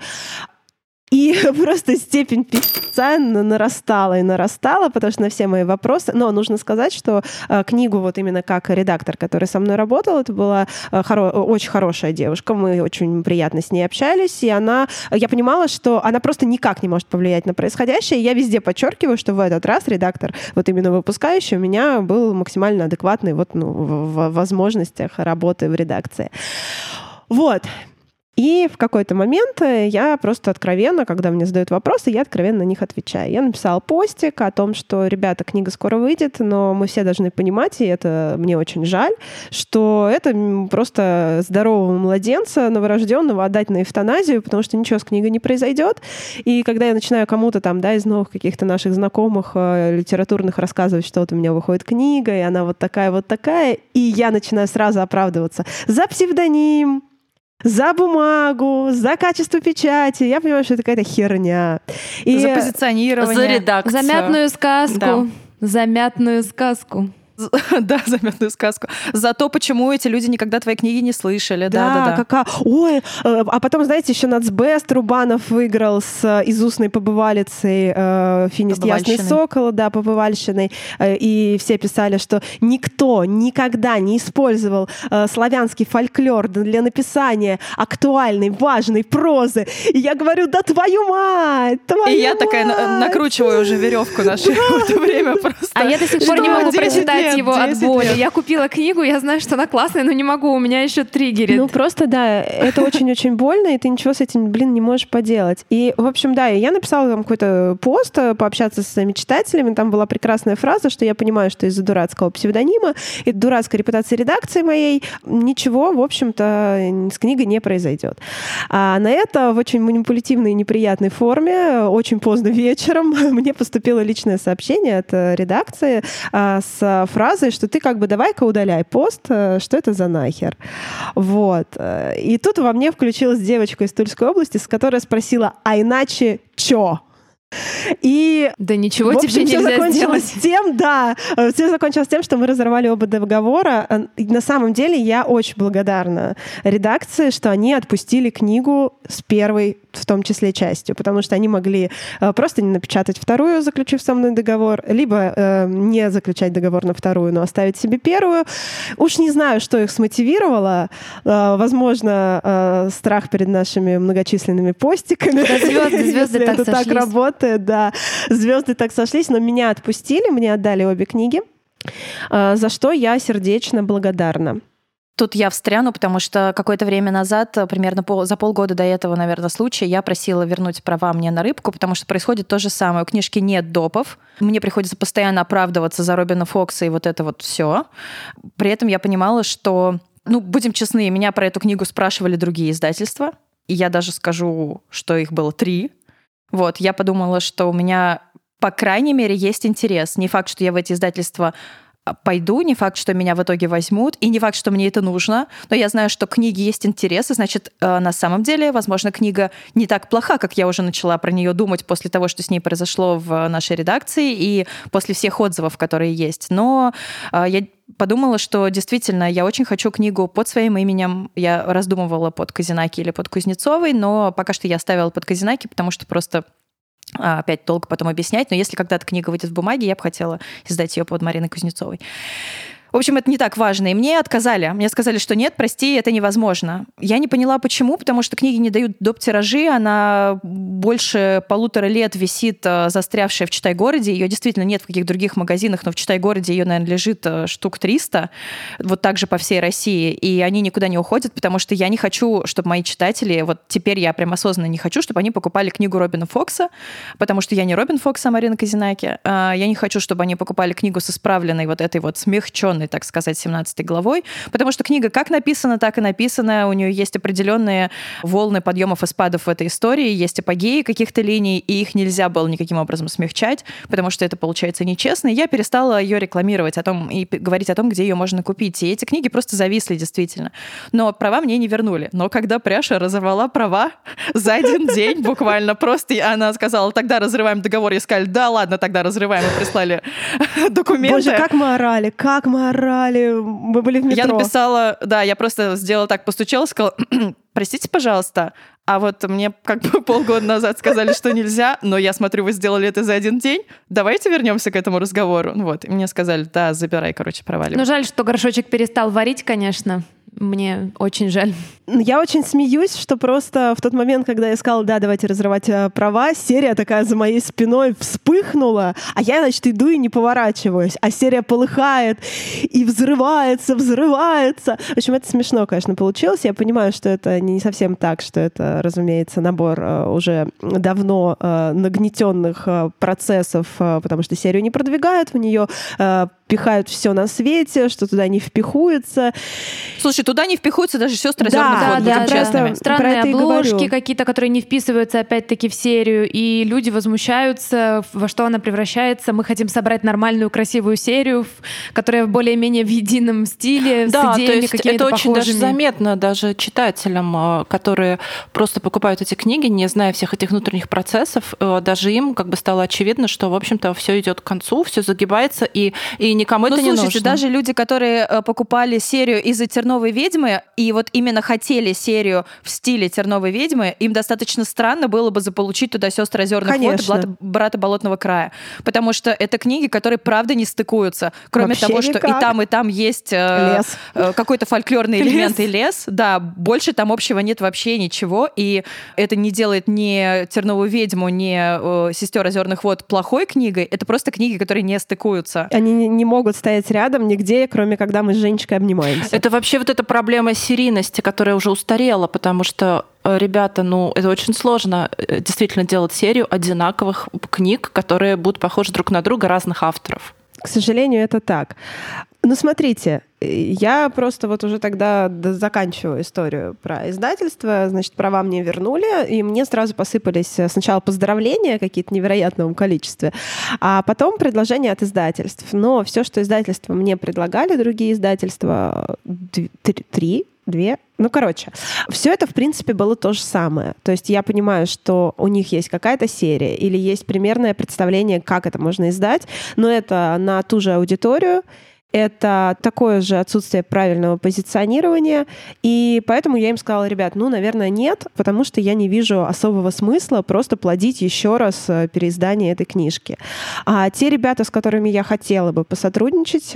И просто степень пи***ца нарастала и нарастала, потому что на все мои вопросы... Но нужно сказать, что э, книгу вот именно как редактор, который со мной работал, это была э, хоро- очень хорошая девушка, мы очень приятно с ней общались, и она... Я понимала, что она просто никак не может повлиять на происходящее. Я везде подчеркиваю, что в этот раз редактор, вот именно выпускающий, у меня был максимально адекватный вот, ну, в, в возможностях работы в редакции. Вот. И в какой-то момент я просто откровенно, когда мне задают вопросы, я откровенно на них отвечаю. Я написала постик о том, что, ребята, книга скоро выйдет, но мы все должны понимать, и это мне очень жаль, что это просто здорового младенца, новорожденного, отдать на эвтаназию, потому что ничего с книгой не произойдет. И когда я начинаю кому-то там, да, из новых каких-то наших знакомых э, литературных рассказывать, что вот у меня выходит книга, и она вот такая, вот такая, и я начинаю сразу оправдываться за псевдоним, за бумагу, за качество печати. Я понимаю, что это какая-то херня. И за позиционирование. За редакцию. За мятную сказку. Да. За мятную сказку. Да, за мятную сказку. За то, почему эти люди никогда твои книги не слышали. Да, да, да. Какая... Ой, а потом, знаете, еще нацбест Рубанов выиграл с из устной побывалицей э, «Финист Ясный Сокол», да, побывальщиной. И все писали, что никто никогда не использовал э, славянский фольклор для написания актуальной, важной прозы. И я говорю: да твою мать! Твою И я мать! такая на- накручиваю уже веревку нашу в это время просто. А я до сих пор не могу прочитать лет, его от боли. лет. Я купила книгу, я знаю, что она классная, но не могу, у меня еще триггерит. Ну, просто, да, это очень-очень больно, и ты ничего с этим, блин, не можешь поделать. И, в общем, да, я написала там какой-то пост, пообщаться со своими читателями, там была прекрасная фраза, что я понимаю, что из-за дурацкого псевдонима и дурацкой репутации редакции моей ничего, в общем-то, с книгой не произойдет. А на это в очень манипулятивной и неприятной форме очень поздно вечером мне поступило личное сообщение от редакции с фразой, что ты как бы давай-ка удаляй пост, что это за нахер. Вот. И тут во мне включилась девочка из Тульской области, с которой спросила: а иначе чё? И да ничего в общем, тебе все нельзя закончилось сделать. тем, да, все закончилось тем, что мы разорвали оба договора. И на самом деле я очень благодарна редакции, что они отпустили книгу с первой, в том числе, частью, потому что они могли просто не напечатать вторую, заключив со мной договор, либо э, не заключать договор на вторую, но оставить себе первую. Уж не знаю, что их смотивировало. Э, возможно, э, страх перед нашими многочисленными постиками. Да, звезды, звезды так это сошлись. так работает, да. Звезды так сошлись, но меня отпустили, мне отдали обе книги, за что я сердечно благодарна. Тут я встряну, потому что какое-то время назад, примерно пол, за полгода до этого, наверное, случая, я просила вернуть права мне на рыбку, потому что происходит то же самое. У книжки нет допов, мне приходится постоянно оправдываться за Робина Фокса и вот это вот все. При этом я понимала, что, ну, будем честны, меня про эту книгу спрашивали другие издательства, и я даже скажу, что их было три. Вот, я подумала, что у меня, по крайней мере, есть интерес. Не факт, что я в эти издательства пойду, не факт, что меня в итоге возьмут, и не факт, что мне это нужно, но я знаю, что книги есть интерес, и значит, на самом деле, возможно, книга не так плоха, как я уже начала про нее думать после того, что с ней произошло в нашей редакции и после всех отзывов, которые есть. Но я подумала, что действительно я очень хочу книгу под своим именем. Я раздумывала под Козинаки или под Кузнецовой, но пока что я оставила под Козинаки, потому что просто опять долго потом объяснять, но если когда-то книга выйдет в бумаге, я бы хотела издать ее под Мариной Кузнецовой. В общем, это не так важно. И мне отказали. Мне сказали, что нет, прости, это невозможно. Я не поняла, почему, потому что книги не дают доп. Тиражи. Она больше полутора лет висит, застрявшая в Читай-городе. Ее действительно нет в каких других магазинах, но в Читай-городе ее, наверное, лежит штук триста. Вот так же по всей России. И они никуда не уходят, потому что я не хочу, чтобы мои читатели... Вот теперь я прям осознанно не хочу, чтобы они покупали книгу Робина Фокса, потому что я не Робин Фокс, а Марина Козинаки. Я не хочу, чтобы они покупали книгу с исправленной вот этой вот смягченной, так сказать, семнадцатой главой, потому что книга как написана, так и написана, у нее есть определенные волны подъемов и спадов в этой истории, есть апогеи каких-то линий, и их нельзя было никаким образом смягчать, потому что это получается нечестно. И я перестала ее рекламировать о том, и говорить о том, где ее можно купить. И эти книги просто зависли действительно. Но права мне не вернули. Но когда Пряша разорвала права за один день буквально, просто она сказала, тогда разрываем договор, и сказали, да ладно, тогда разрываем, и прислали документы. Боже, как мы орали, как мы орали. Мы были в метро. Я написала, да, я просто сделала так, постучала, сказала, простите, пожалуйста, а вот мне как бы полгода назад сказали, что нельзя, но я смотрю, вы сделали это за один день, давайте вернемся к этому разговору. Вот, и мне сказали, да, забирай, короче, проваливай. Ну, жаль, что горшочек перестал варить, конечно. Мне очень жаль. Я очень смеюсь, что просто в тот момент, когда я сказала, да, давайте разрывать права, серия такая за моей спиной вспыхнула, а я, значит, иду и не поворачиваюсь, а серия полыхает и взрывается, взрывается. В общем, это смешно, конечно, получилось. Я понимаю, что это не совсем так, что это, разумеется, набор уже давно нагнетенных процессов, потому что серию не продвигают, в нее пихают все на свете, что туда не впихуется. Слушай, туда не впихуются даже сестры да, Озерных вод, да, будем да, честными. да. Странные обложки какие-то, которые не вписываются опять-таки в серию, и люди возмущаются, во что она превращается. Мы хотим собрать нормальную, красивую серию, которая более-менее в едином стиле, да, с идеями какими-то это похожими. очень даже заметно даже читателям, которые просто покупают эти книги, не зная всех этих внутренних процессов, даже им как бы стало очевидно, что, в общем-то, все идет к концу, все загибается, и, и никому ну, это слушайте, не нужно. Даже люди, которые покупали серию из-за «Терновой ведьмы», и вот именно хотели серию в стиле «Терновой ведьмы», им достаточно странно было бы заполучить туда «Сестры Озерных вод» и «Брата, «Брата Болотного края». Потому что это книги, которые, правда, не стыкуются. Кроме Вообще того, что никак. и там, и там есть э, э, какой-то фольклорный элемент и лес. Да, больше там общего нет вообще ничего. И это не делает ни «Терновую ведьму», ни э, «Сестер Озерных вод» плохой книгой. Это просто книги, которые не стыкуются. Они не могут стоять рядом нигде, кроме когда мы с Женечкой обнимаемся. Это вообще вот эта проблема серийности, которая уже устарела, потому что, ребята, ну, это очень сложно действительно делать серию одинаковых книг, которые будут похожи друг на друга, разных авторов. К сожалению, это так. Ну, смотрите, я просто вот уже тогда заканчиваю историю про издательство. Значит, права мне вернули, и мне сразу посыпались сначала поздравления какие-то в невероятном количестве, а потом предложения от издательств. Но все, что издательства мне предлагали, другие издательства, три, две, ну, короче, все это, в принципе, было то же самое. То есть я понимаю, что у них есть какая-то серия или есть примерное представление, как это можно издать, но это на ту же аудиторию, это такое же отсутствие правильного позиционирования, и поэтому я им сказала, ребят, ну, наверное, нет, потому что я не вижу особого смысла просто плодить еще раз переиздание этой книжки. А те ребята, с которыми я хотела бы посотрудничать,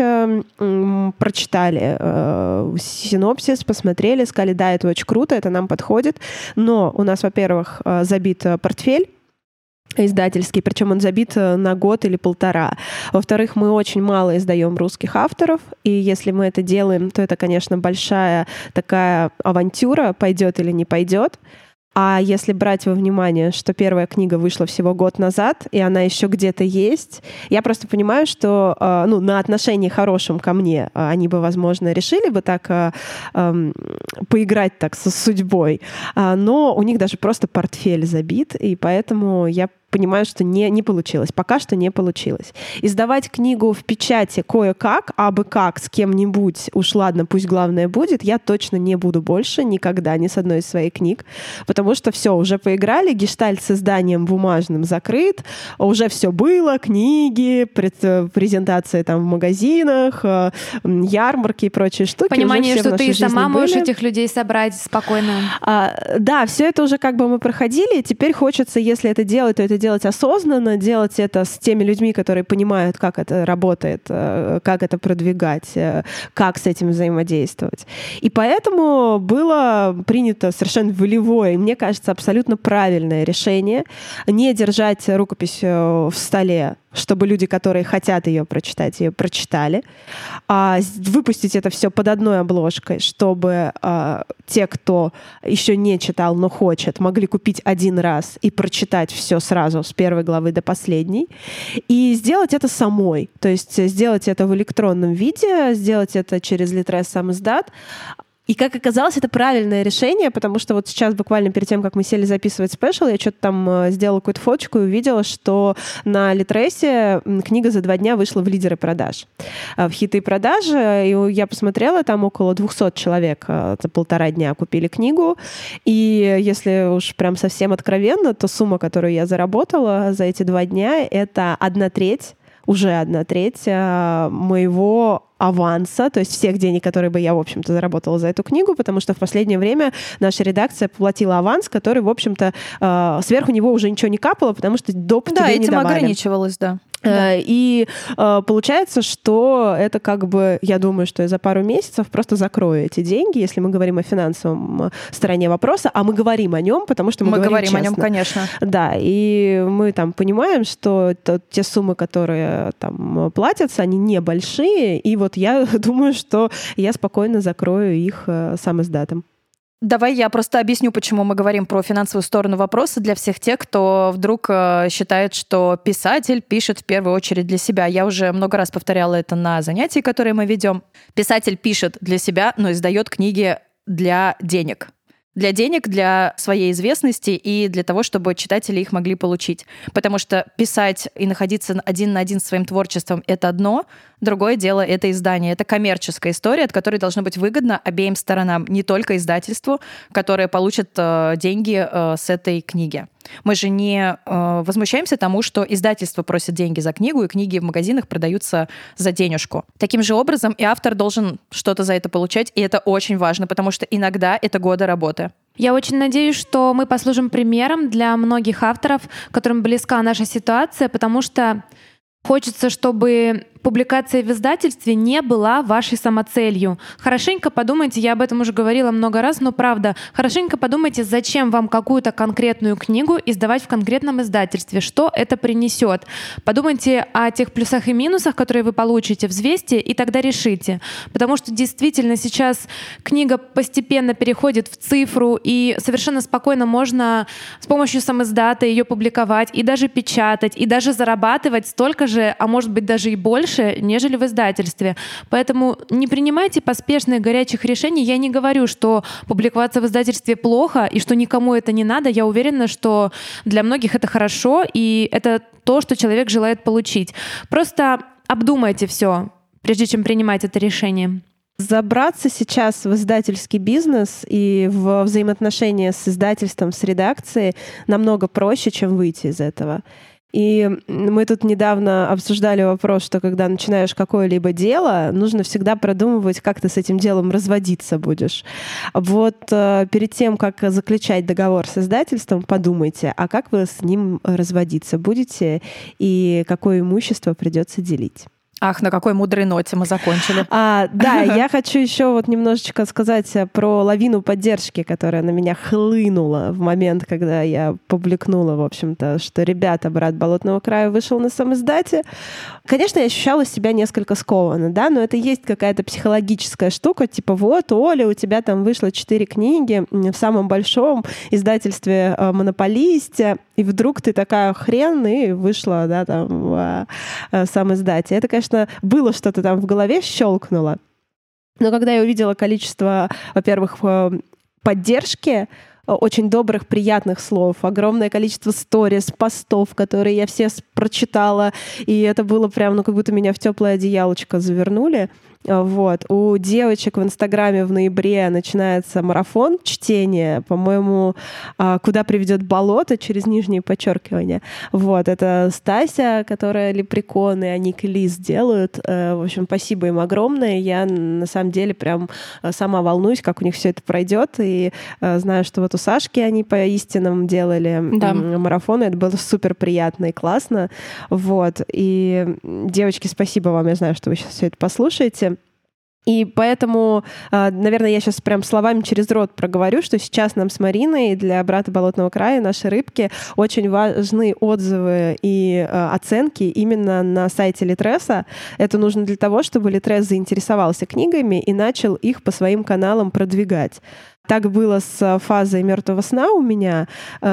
прочитали синопсис, посмотрели, сказали, да, это очень круто, это нам подходит, но у нас, во-первых, забит портфель издательский, причем он забит на год или полтора. Во-вторых, мы очень мало издаем русских авторов, и если мы это делаем, то это, конечно, большая такая авантюра, пойдет или не пойдет. А если брать во внимание, что первая книга вышла всего год назад, и она еще где-то есть, я просто понимаю, что ну, на отношении хорошем ко мне они бы, возможно, решили бы так э, поиграть так со судьбой, но у них даже просто портфель забит, и поэтому я понимаю, что не, не получилось. Пока что не получилось. Издавать книгу в печати кое-как, абы как, с кем-нибудь, уж ладно, пусть главное будет, я точно не буду больше никогда ни с одной из своих книг, потому что все, уже поиграли, гештальт с изданием бумажным закрыт, уже все было, книги, пред, презентации там в магазинах, ярмарки и прочие штуки. Понимание, что ты сама были. можешь этих людей собрать спокойно. А, да, все это уже как бы мы проходили, и теперь хочется, если это делать, то это делать осознанно, делать это с теми людьми, которые понимают, как это работает, как это продвигать, как с этим взаимодействовать. И поэтому было принято совершенно волевое, и мне кажется, абсолютно правильное решение не держать рукопись в столе, чтобы люди, которые хотят ее прочитать, ее прочитали, а выпустить это все под одной обложкой, чтобы а, те, кто еще не читал, но хочет, могли купить один раз и прочитать все сразу с первой главы до последней, и сделать это самой, то есть сделать это в электронном виде, сделать это через Литрес Самиздат. И, как оказалось, это правильное решение, потому что вот сейчас, буквально перед тем, как мы сели записывать спешл, я что-то там сделала какую-то фоточку и увидела, что на Литресе книга за два дня вышла в лидеры продаж, в хиты продажи. И я посмотрела, там около двухсот человек за полтора дня купили книгу. И если уж прям совсем откровенно, то сумма, которую я заработала за эти два дня, это одна треть, уже одна треть моего аванса, то есть всех денег, которые бы я, в общем-то, заработала за эту книгу, потому что в последнее время наша редакция платила аванс, который, в общем-то, э, сверху него уже ничего не капало, потому что доп. Да, тебе не давали. Да, этим ограничивалось, да. Да. И э, получается, что это как бы, я думаю, что я за пару месяцев просто закрою эти деньги, если мы говорим о финансовом стороне вопроса, а мы говорим о нем, потому что мы, мы говорим, говорим честно. о нем, конечно. Да, и мы там понимаем, что то, те суммы, которые там платятся, они небольшие, и вот я думаю, что я спокойно закрою их э, самиздатом. Давай я просто объясню, почему мы говорим про финансовую сторону вопроса для всех тех, кто вдруг считает, что писатель пишет в первую очередь для себя. Я уже много раз повторяла это на занятии, которые мы ведем. Писатель пишет для себя, но издает книги для денег. Для денег, для своей известности и для того, чтобы читатели их могли получить. Потому что писать и находиться один на один с своим творчеством — это одно, другое дело — это издание. Это коммерческая история, от которой должно быть выгодно обеим сторонам, не только издательству, которое получит э, деньги э, с этой книги. Мы же не э, возмущаемся тому, что издательство просит деньги за книгу, и книги в магазинах продаются за денежку. Таким же образом и автор должен что-то за это получать, и это очень важно, потому что иногда это годы работы. Я очень надеюсь, что мы послужим примером для многих авторов, которым близка наша ситуация, потому что хочется, чтобы публикация в издательстве не была вашей самоцелью. Хорошенько подумайте, я об этом уже говорила много раз, но правда, хорошенько подумайте, зачем вам какую-то конкретную книгу издавать в конкретном издательстве, что это принесет. Подумайте о тех плюсах и минусах, которые вы получите, взвесьте и тогда решите. Потому что действительно сейчас книга постепенно переходит в цифру, и совершенно спокойно можно с помощью самиздата ее публиковать и даже печатать, и даже зарабатывать столько же, а может быть даже и больше, нежели в издательстве. Поэтому не принимайте поспешных горячих решений. Я не говорю, что публиковаться в издательстве плохо и что никому это не надо. Я уверена, что для многих это хорошо, и это то, что человек желает получить. Просто обдумайте все, прежде чем принимать это решение. Забраться сейчас в издательский бизнес и в взаимоотношения с издательством, с редакцией намного проще, чем выйти из этого. И мы тут недавно обсуждали вопрос, что когда начинаешь какое-либо дело, нужно всегда продумывать, как ты с этим делом разводиться будешь. Вот э, перед тем, как заключать договор с издательством, подумайте, а как вы с ним разводиться будете и какое имущество придется делить. Ах, на какой мудрой ноте мы закончили. А, да, я хочу еще вот немножечко сказать про лавину поддержки, которая на меня хлынула в момент, когда я публикнула, в общем-то, что «Ребята, брат Болотного края» вышел на самиздате. Конечно, я ощущала себя несколько скованно, да, но это есть какая-то психологическая штука, типа вот, Оля, у тебя там вышло четыре книги в самом большом издательстве «Монополисте», и вдруг ты такая хрен, и вышла, да, там в самиздате. Это, конечно, было что-то там в голове, щелкнуло. Но когда я увидела количество, во-первых, поддержки, очень добрых, приятных слов, огромное количество сторис, постов, которые я все прочитала, и это было прям, ну, как будто меня в теплое одеялочко завернули. Вот. У девочек в Инстаграме в ноябре начинается марафон чтения, по-моему, «Куда приведет болото» через нижнее подчеркивание. Вот. Это Стася, которая лепреконы, а Ник и Лиз делают. В общем, спасибо им огромное. Я на самом деле прям сама волнуюсь, как у них все это пройдет. И знаю, что вот у Сашки они по истинам делали да. марафоны. Это было супер приятно и классно. Вот. И, девочки, спасибо вам. Я знаю, что вы сейчас все это послушаете. И поэтому, наверное, я сейчас прям словами через рот проговорю, что сейчас нам с Мариной для «Брата Болотного края», нашей рыбки, очень важны отзывы и оценки именно на сайте Литреса. Это нужно для того, чтобы Литрес заинтересовался книгами и начал их по своим каналам продвигать. Так было с фазой «Мертвого сна» у меня,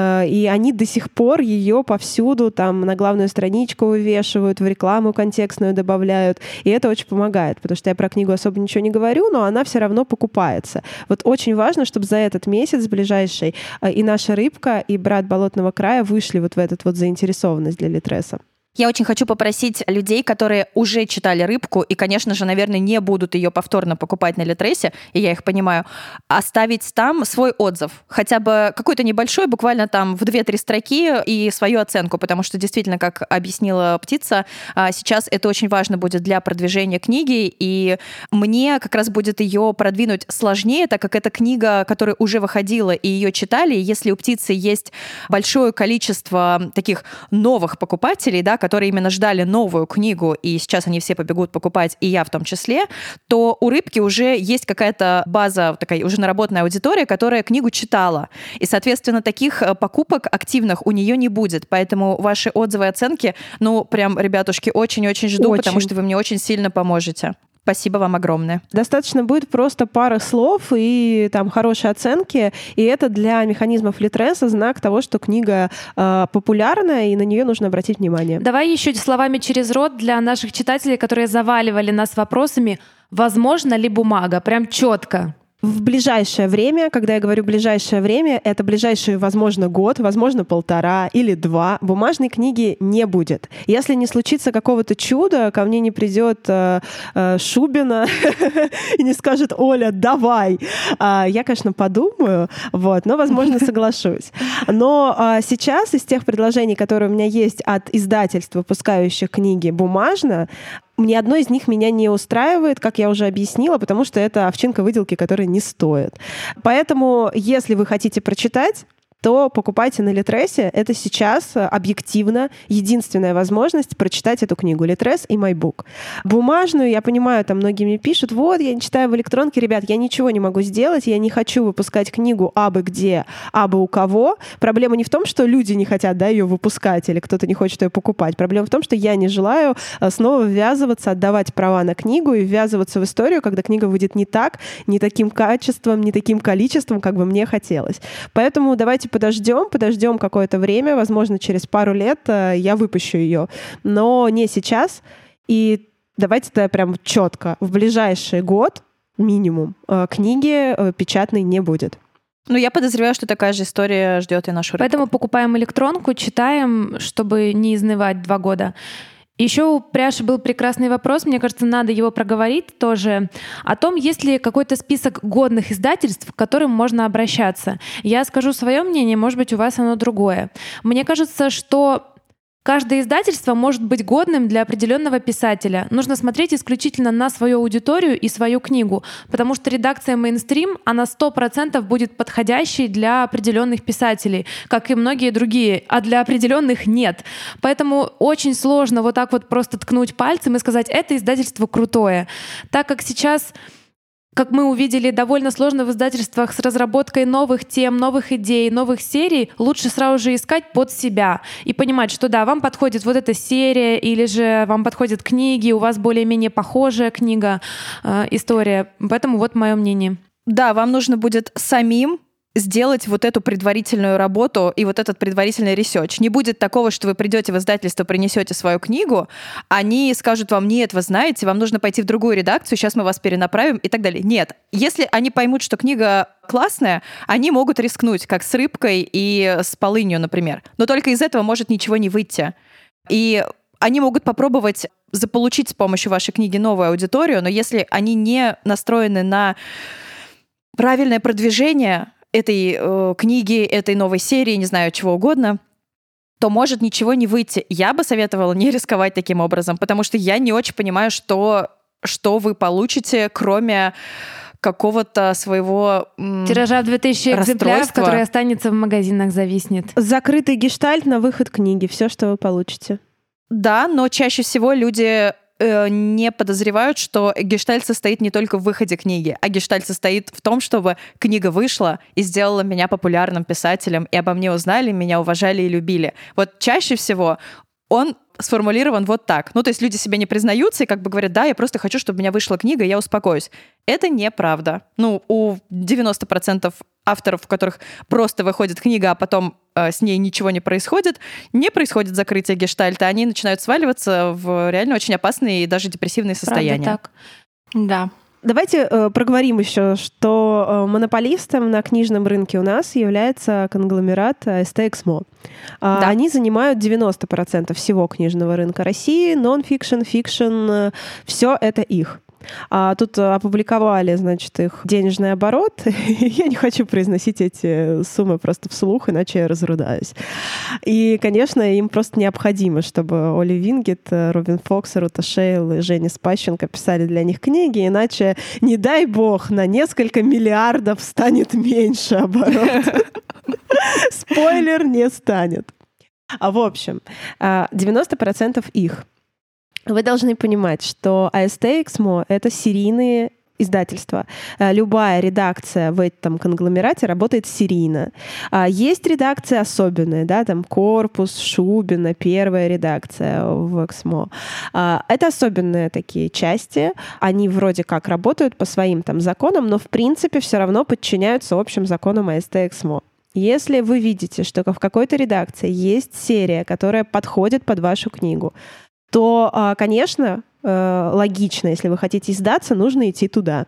и они до сих пор ее повсюду там на главную страничку вывешивают, в рекламу контекстную добавляют, и это очень помогает, потому что я про книгу особо ничего не говорю, но она все равно покупается. Вот очень важно, чтобы за этот месяц ближайший и наша рыбка, и «Брат Болотного края» вышли вот в эту вот заинтересованность для Литреса. Я очень хочу попросить людей, которые уже читали «Рыбку» и, конечно же, наверное, не будут ее повторно покупать на Литресе, и я их понимаю, оставить там свой отзыв. Хотя бы какой-то небольшой, буквально там в две-три строки и свою оценку, потому что действительно, как объяснила Птица, сейчас это очень важно будет для продвижения книги, и мне как раз будет ее продвинуть сложнее, так как это книга, которая уже выходила, и ее читали. Если у Птицы есть большое количество таких новых покупателей, да, которые именно ждали новую книгу, и сейчас они все побегут покупать, и я в том числе, то у Рыбки уже есть какая-то база, такая уже наработанная аудитория, которая книгу читала. И, соответственно, таких покупок активных у нее не будет. Поэтому ваши отзывы и оценки, ну, прям, ребятушки, очень-очень жду, очень. Потому что вы мне очень сильно поможете. Спасибо вам огромное. Достаточно будет просто пары слов и там хорошие оценки, и это для механизмов Литреса знак того, что книга э, популярная, и на нее нужно обратить внимание. Давай еще словами через рот для наших читателей, которые заваливали нас вопросами, возможно ли бумага? Прям четко. В ближайшее время, когда я говорю ближайшее время, это ближайший, возможно, год, возможно, полтора или два, бумажной книги не будет. Если не случится какого-то чуда, ко мне не придет э, э, Шубина и не скажет: Оля, давай. А, я, конечно, подумаю, вот, но, возможно, соглашусь. Но а, сейчас из тех предложений, которые у меня есть от издательств, выпускающих книги бумажно, ни одно из них меня не устраивает, как я уже объяснила, потому что это овчинка выделки, которая не стоит. Поэтому, если вы хотите прочитать, то покупайте на Литресе. Это сейчас объективно единственная возможность прочитать эту книгу. Литрес и MyBook. Бумажную, я понимаю, там многие мне пишут: вот, я не читаю в электронке. Ребят, я ничего не могу сделать, я не хочу выпускать книгу абы где, абы у кого. Проблема не в том, что люди не хотят, да, ее выпускать, или кто-то не хочет ее покупать. Проблема в том, что я не желаю снова ввязываться, отдавать права на книгу и ввязываться в историю, когда книга выйдет не так, не таким качеством, не таким количеством, как бы мне хотелось. Поэтому давайте подождем, подождем какое-то время, возможно, через пару лет я выпущу ее, но не сейчас. И давайте тогда прям четко, в ближайший год минимум книги печатной не будет. Ну, я подозреваю, что такая же история ждет и нашу рыбку. Поэтому покупаем электронку, читаем, чтобы не изнывать два года. Еще у Пряши был прекрасный вопрос, мне кажется, надо его проговорить тоже, о том, есть ли какой-то список годных издательств, к которым можно обращаться. Я скажу свое мнение, может быть, у вас оно другое. Мне кажется, что каждое издательство может быть годным для определенного писателя. Нужно смотреть исключительно на свою аудиторию и свою книгу, потому что редакция мейнстрим, она сто процентов будет подходящей для определенных писателей, как и многие другие, а для определенных нет. Поэтому очень сложно вот так вот просто ткнуть пальцем и сказать: это издательство крутое. Так как сейчас, как мы увидели, довольно сложно в издательствах с разработкой новых тем, новых идей, новых серий, лучше сразу же искать под себя и понимать, что да, вам подходит вот эта серия, или же вам подходят книги, у вас более-менее похожая книга, э, история. Поэтому вот мое мнение. Да, вам нужно будет самим сделать вот эту предварительную работу и вот этот предварительный ресерч. Не будет такого, что вы придете в издательство, принесете свою книгу, они скажут вам: нет, вы знаете, вам нужно пойти в другую редакцию, сейчас мы вас перенаправим и так далее. Нет. Если они поймут, что книга классная, они могут рискнуть, как с «Рыбкой» и с «Полынью», например. Но только из этого может ничего не выйти. И они могут попробовать заполучить с помощью вашей книги новую аудиторию, но если они не настроены на правильное продвижение этой э, книги, этой новой серии, не знаю, чего угодно, то может ничего не выйти. Я бы советовала не рисковать таким образом, потому что я не очень понимаю, что, что вы получите, кроме какого-то своего м- Тиража в две тысячи экземпляров, который останется в магазинах, зависнет. Закрытый гештальт на выход книги. Все, что вы получите. Да, но чаще всего люди э, не подозревают, что гештальт состоит не только в выходе книги, а гештальт состоит в том, чтобы книга вышла и сделала меня популярным писателем, и обо мне узнали, меня уважали и любили. Вот чаще всего он сформулирован вот так. Ну, то есть люди себе не признаются и как бы говорят, да, я просто хочу, чтобы у меня вышла книга, и я успокоюсь. Это неправда. Ну, у девяносто процентов авторов, у которых просто выходит книга, а потом э, с ней ничего не происходит, не происходит закрытие гештальта, они начинают сваливаться в реально очень опасные и даже депрессивные состояния. Правда так. Да. Давайте э, проговорим еще, что э, монополистом на книжном рынке у нас является конгломерат эй эс тэ Эксмо. А, Да. Они занимают девяносто процентов всего книжного рынка России, нон-фикшн, фикшн, э, все это их. А тут опубликовали, значит, их денежный оборот. Я не хочу произносить эти суммы просто вслух, иначе я разрыдаюсь. И, конечно, им просто необходимо, чтобы Оли Вингет, Робин Фокс, Рута Шейл и Женя Спащенко писали для них книги, иначе, не дай бог, на несколько миллиардов станет меньше оборот. Спойлер, не станет. А в общем, девяносто процентов их. Вы должны понимать, что эй эс тэ Эксмо — это серийные издательства. Любая редакция в этом конгломерате работает серийно. Есть редакции особенные, да, там Корпус, Шубина, первая редакция в Эксмо. Это особенные такие части. Они вроде как работают по своим там законам, но в принципе все равно подчиняются общим законам эй эс тэ Эксмо. Если вы видите, что в какой-то редакции есть серия, которая подходит под вашу книгу, то, конечно, логично, если вы хотите издаться, нужно идти туда.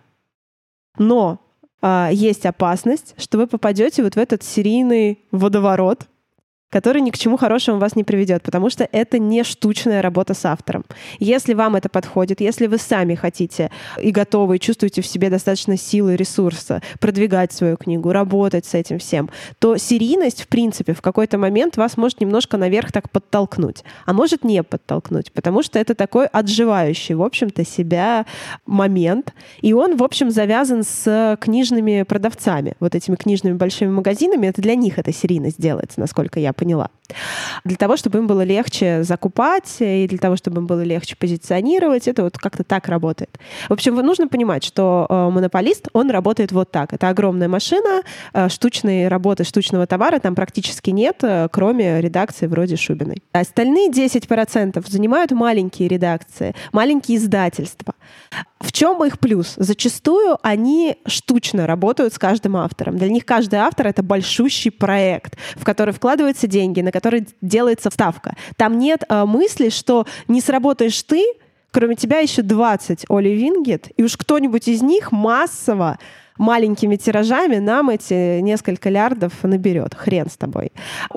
Но есть опасность, что вы попадете вот в этот серийный водоворот, который ни к чему хорошему вас не приведет, потому что это не штучная работа с автором. Если вам это подходит, если вы сами хотите и готовы, и чувствуете в себе достаточно силы и ресурса продвигать свою книгу, работать с этим всем, то серийность, в принципе, в какой-то момент вас может немножко наверх так подтолкнуть, а может не подтолкнуть, потому что это такой отживающий, в общем-то, себя момент, и он, в общем, завязан с книжными продавцами, вот этими книжными большими магазинами, это для них эта серийность делается, насколько я поняла. Для того, чтобы им было легче закупать и для того, чтобы им было легче позиционировать, это вот как-то так работает. В общем, нужно понимать, что э, монополист, он работает вот так. Это огромная машина, э, штучной работы, штучного товара там практически нет, э, кроме редакции вроде Шубиной. Остальные десять процентов занимают маленькие редакции, маленькие издательства. В чем их плюс? Зачастую они штучно работают с каждым автором. Для них каждый автор — это большущий проект, в который вкладываются деньги, на который делается ставка. Там нет э, мысли, что не сработаешь ты, кроме тебя еще двадцать Оли Вингет, и уж кто-нибудь из них массово маленькими тиражами нам эти несколько лярдов наберет. Хрен с тобой.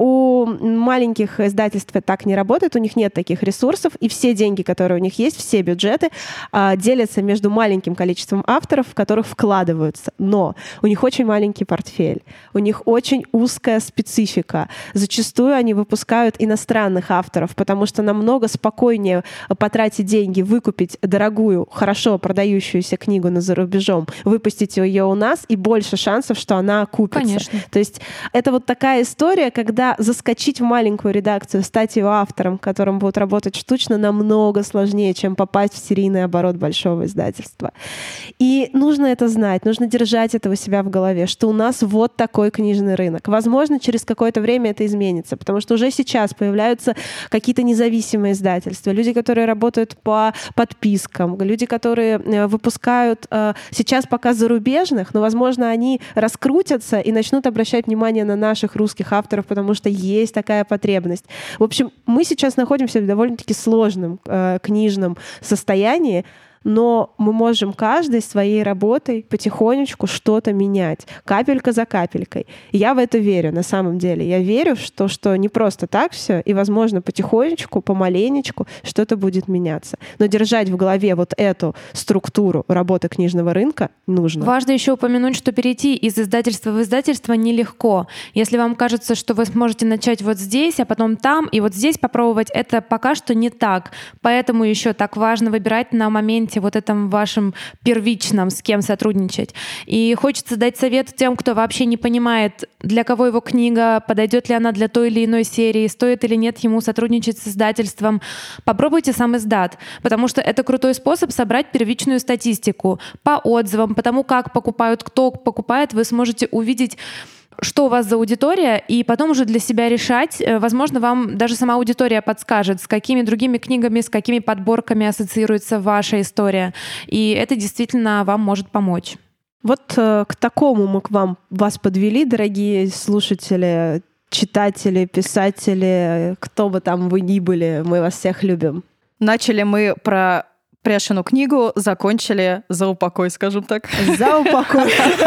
У маленьких издательств это так не работает, у них нет таких ресурсов, и все деньги, которые у них есть, все бюджеты а, делятся между маленьким количеством авторов, в которых вкладываются. Но у них очень маленький портфель, у них очень узкая специфика. Зачастую они выпускают иностранных авторов, потому что намного спокойнее потратить деньги, выкупить дорогую, хорошо продающуюся книгу на за рубежом, выпустить ее у нас, и больше шансов, что она окупится. Конечно. То есть это вот такая история, когда заскочить в маленькую редакцию, стать ее автором, которым будут работать штучно, намного сложнее, чем попасть в серийный оборот большого издательства. И нужно это знать, нужно держать это у себя в голове, что у нас вот такой книжный рынок. Возможно, через какое-то время это изменится, потому что уже сейчас появляются какие-то независимые издательства, люди, которые работают по подпискам, люди, которые выпускают сейчас пока зарубежных, но, возможно, они раскрутятся и начнут обращать внимание на наших русских авторов, потому что есть такая потребность. В общем, мы сейчас находимся в довольно-таки сложном э, книжном состоянии, но мы можем каждый своей работой потихонечку что-то менять, капелька за капелькой. И я в это верю, на самом деле. Я верю, что, что не просто так все, и, возможно, потихонечку, помаленечку что-то будет меняться. Но держать в голове вот эту структуру работы книжного рынка нужно. Важно еще упомянуть, что перейти из издательства в издательство нелегко. Если вам кажется, что вы сможете начать вот здесь, а потом там, и вот здесь попробовать, это пока что не так. Поэтому еще так важно выбирать на моменте вот этом вашем первичном, с кем сотрудничать. И хочется дать совет тем, кто вообще не понимает, для кого его книга, подойдет ли она для той или иной серии, стоит или нет ему сотрудничать с издательством. Попробуйте сам издат, потому что это крутой способ собрать первичную статистику. По отзывам, по тому, как покупают, кто покупает, вы сможете увидеть, что у вас за аудитория, и потом уже для себя решать. Возможно, вам даже сама аудитория подскажет, с какими другими книгами, с какими подборками ассоциируется ваша история. И это действительно вам может помочь. Вот э, к такому мы к вам вас подвели, дорогие слушатели, читатели, писатели, кто бы там вы ни были, мы вас всех любим. Начали мы про Пряшину книгу, закончили за упокой, скажем так. За упокой.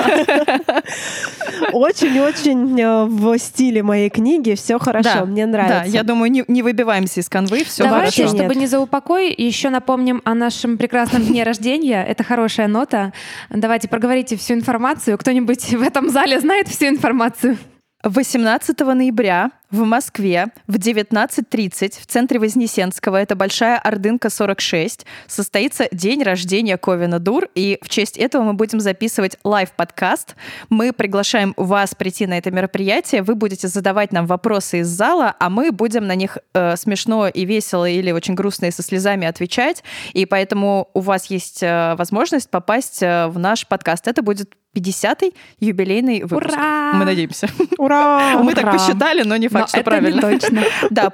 Очень-очень в стиле моей книги. Все хорошо, да, мне нравится. Да, я думаю, не, не выбиваемся из канвы, все Давайте, хорошо. чтобы не за упокой, еще напомним о нашем прекрасном дне рождения. Это хорошая нота. Давайте проговорите всю информацию. Кто-нибудь в этом зале знает всю информацию? восемнадцатого ноября в Москве в девятнадцать тридцать в центре Вознесенского, это Большая Ордынка, сорок шесть, состоится день рождения Ковина Дур, и в честь этого мы будем записывать лайв-подкаст. Мы приглашаем вас прийти на это мероприятие, вы будете задавать нам вопросы из зала, а мы будем на них э, смешно и весело или очень грустно и со слезами отвечать, и поэтому у вас есть э, возможность попасть э, в наш подкаст. Это будет пятидесятый юбилейный выпуск. Ура! Мы надеемся. Ура! Мы Ура! так посчитали, но не факт, но что это правильно. Не точно. Да.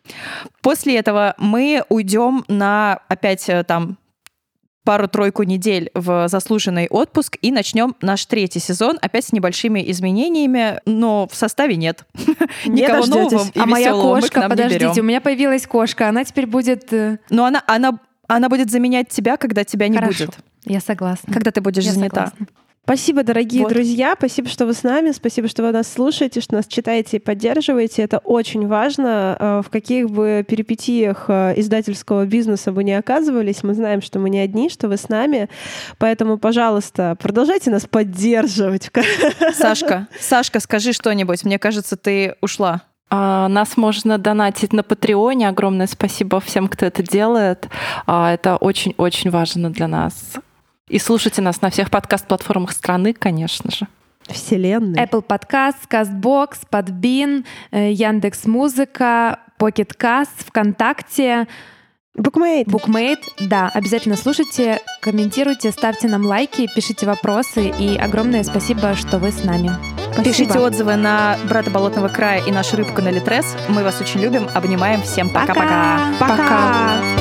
После этого мы уйдем на опять там пару-тройку недель в заслуженный отпуск и начнем наш третий сезон, опять с небольшими изменениями, но в составе нет. Не Никого нового и а моя веселого мы к кошка, нам не подождите, берем. у меня появилась кошка, она теперь будет... Но она, она, она будет заменять тебя, когда тебя не Хорошо. будет. Я согласна. Когда ты будешь Я занята. согласна. Спасибо, дорогие Вот. друзья. Спасибо, что вы с нами. Спасибо, что вы нас слушаете, что нас читаете и поддерживаете. Это очень важно. В каких бы перипетиях издательского бизнеса вы не оказывались, мы знаем, что мы не одни, что вы с нами. Поэтому, пожалуйста, продолжайте нас поддерживать. Сашка, Сашка, скажи что-нибудь. Мне кажется, ты ушла. Нас можно донатить на Патреоне. Огромное спасибо всем, кто это делает. Это очень-очень важно для нас. И слушайте нас на всех подкаст-платформах страны, конечно же. Вселенной. Apple Podcast, CastBox, Podbean, Яндекс.Музыка, Pocket Cast, ВКонтакте. Bookmate. Bookmate, да, обязательно слушайте, комментируйте, ставьте нам лайки, пишите вопросы. И огромное спасибо, что вы с нами. Спасибо. Пишите отзывы на «Брата Болотного края» и нашу рыбку на Литрес. Мы вас очень любим, обнимаем. Всем пока-пока. Пока. Пока.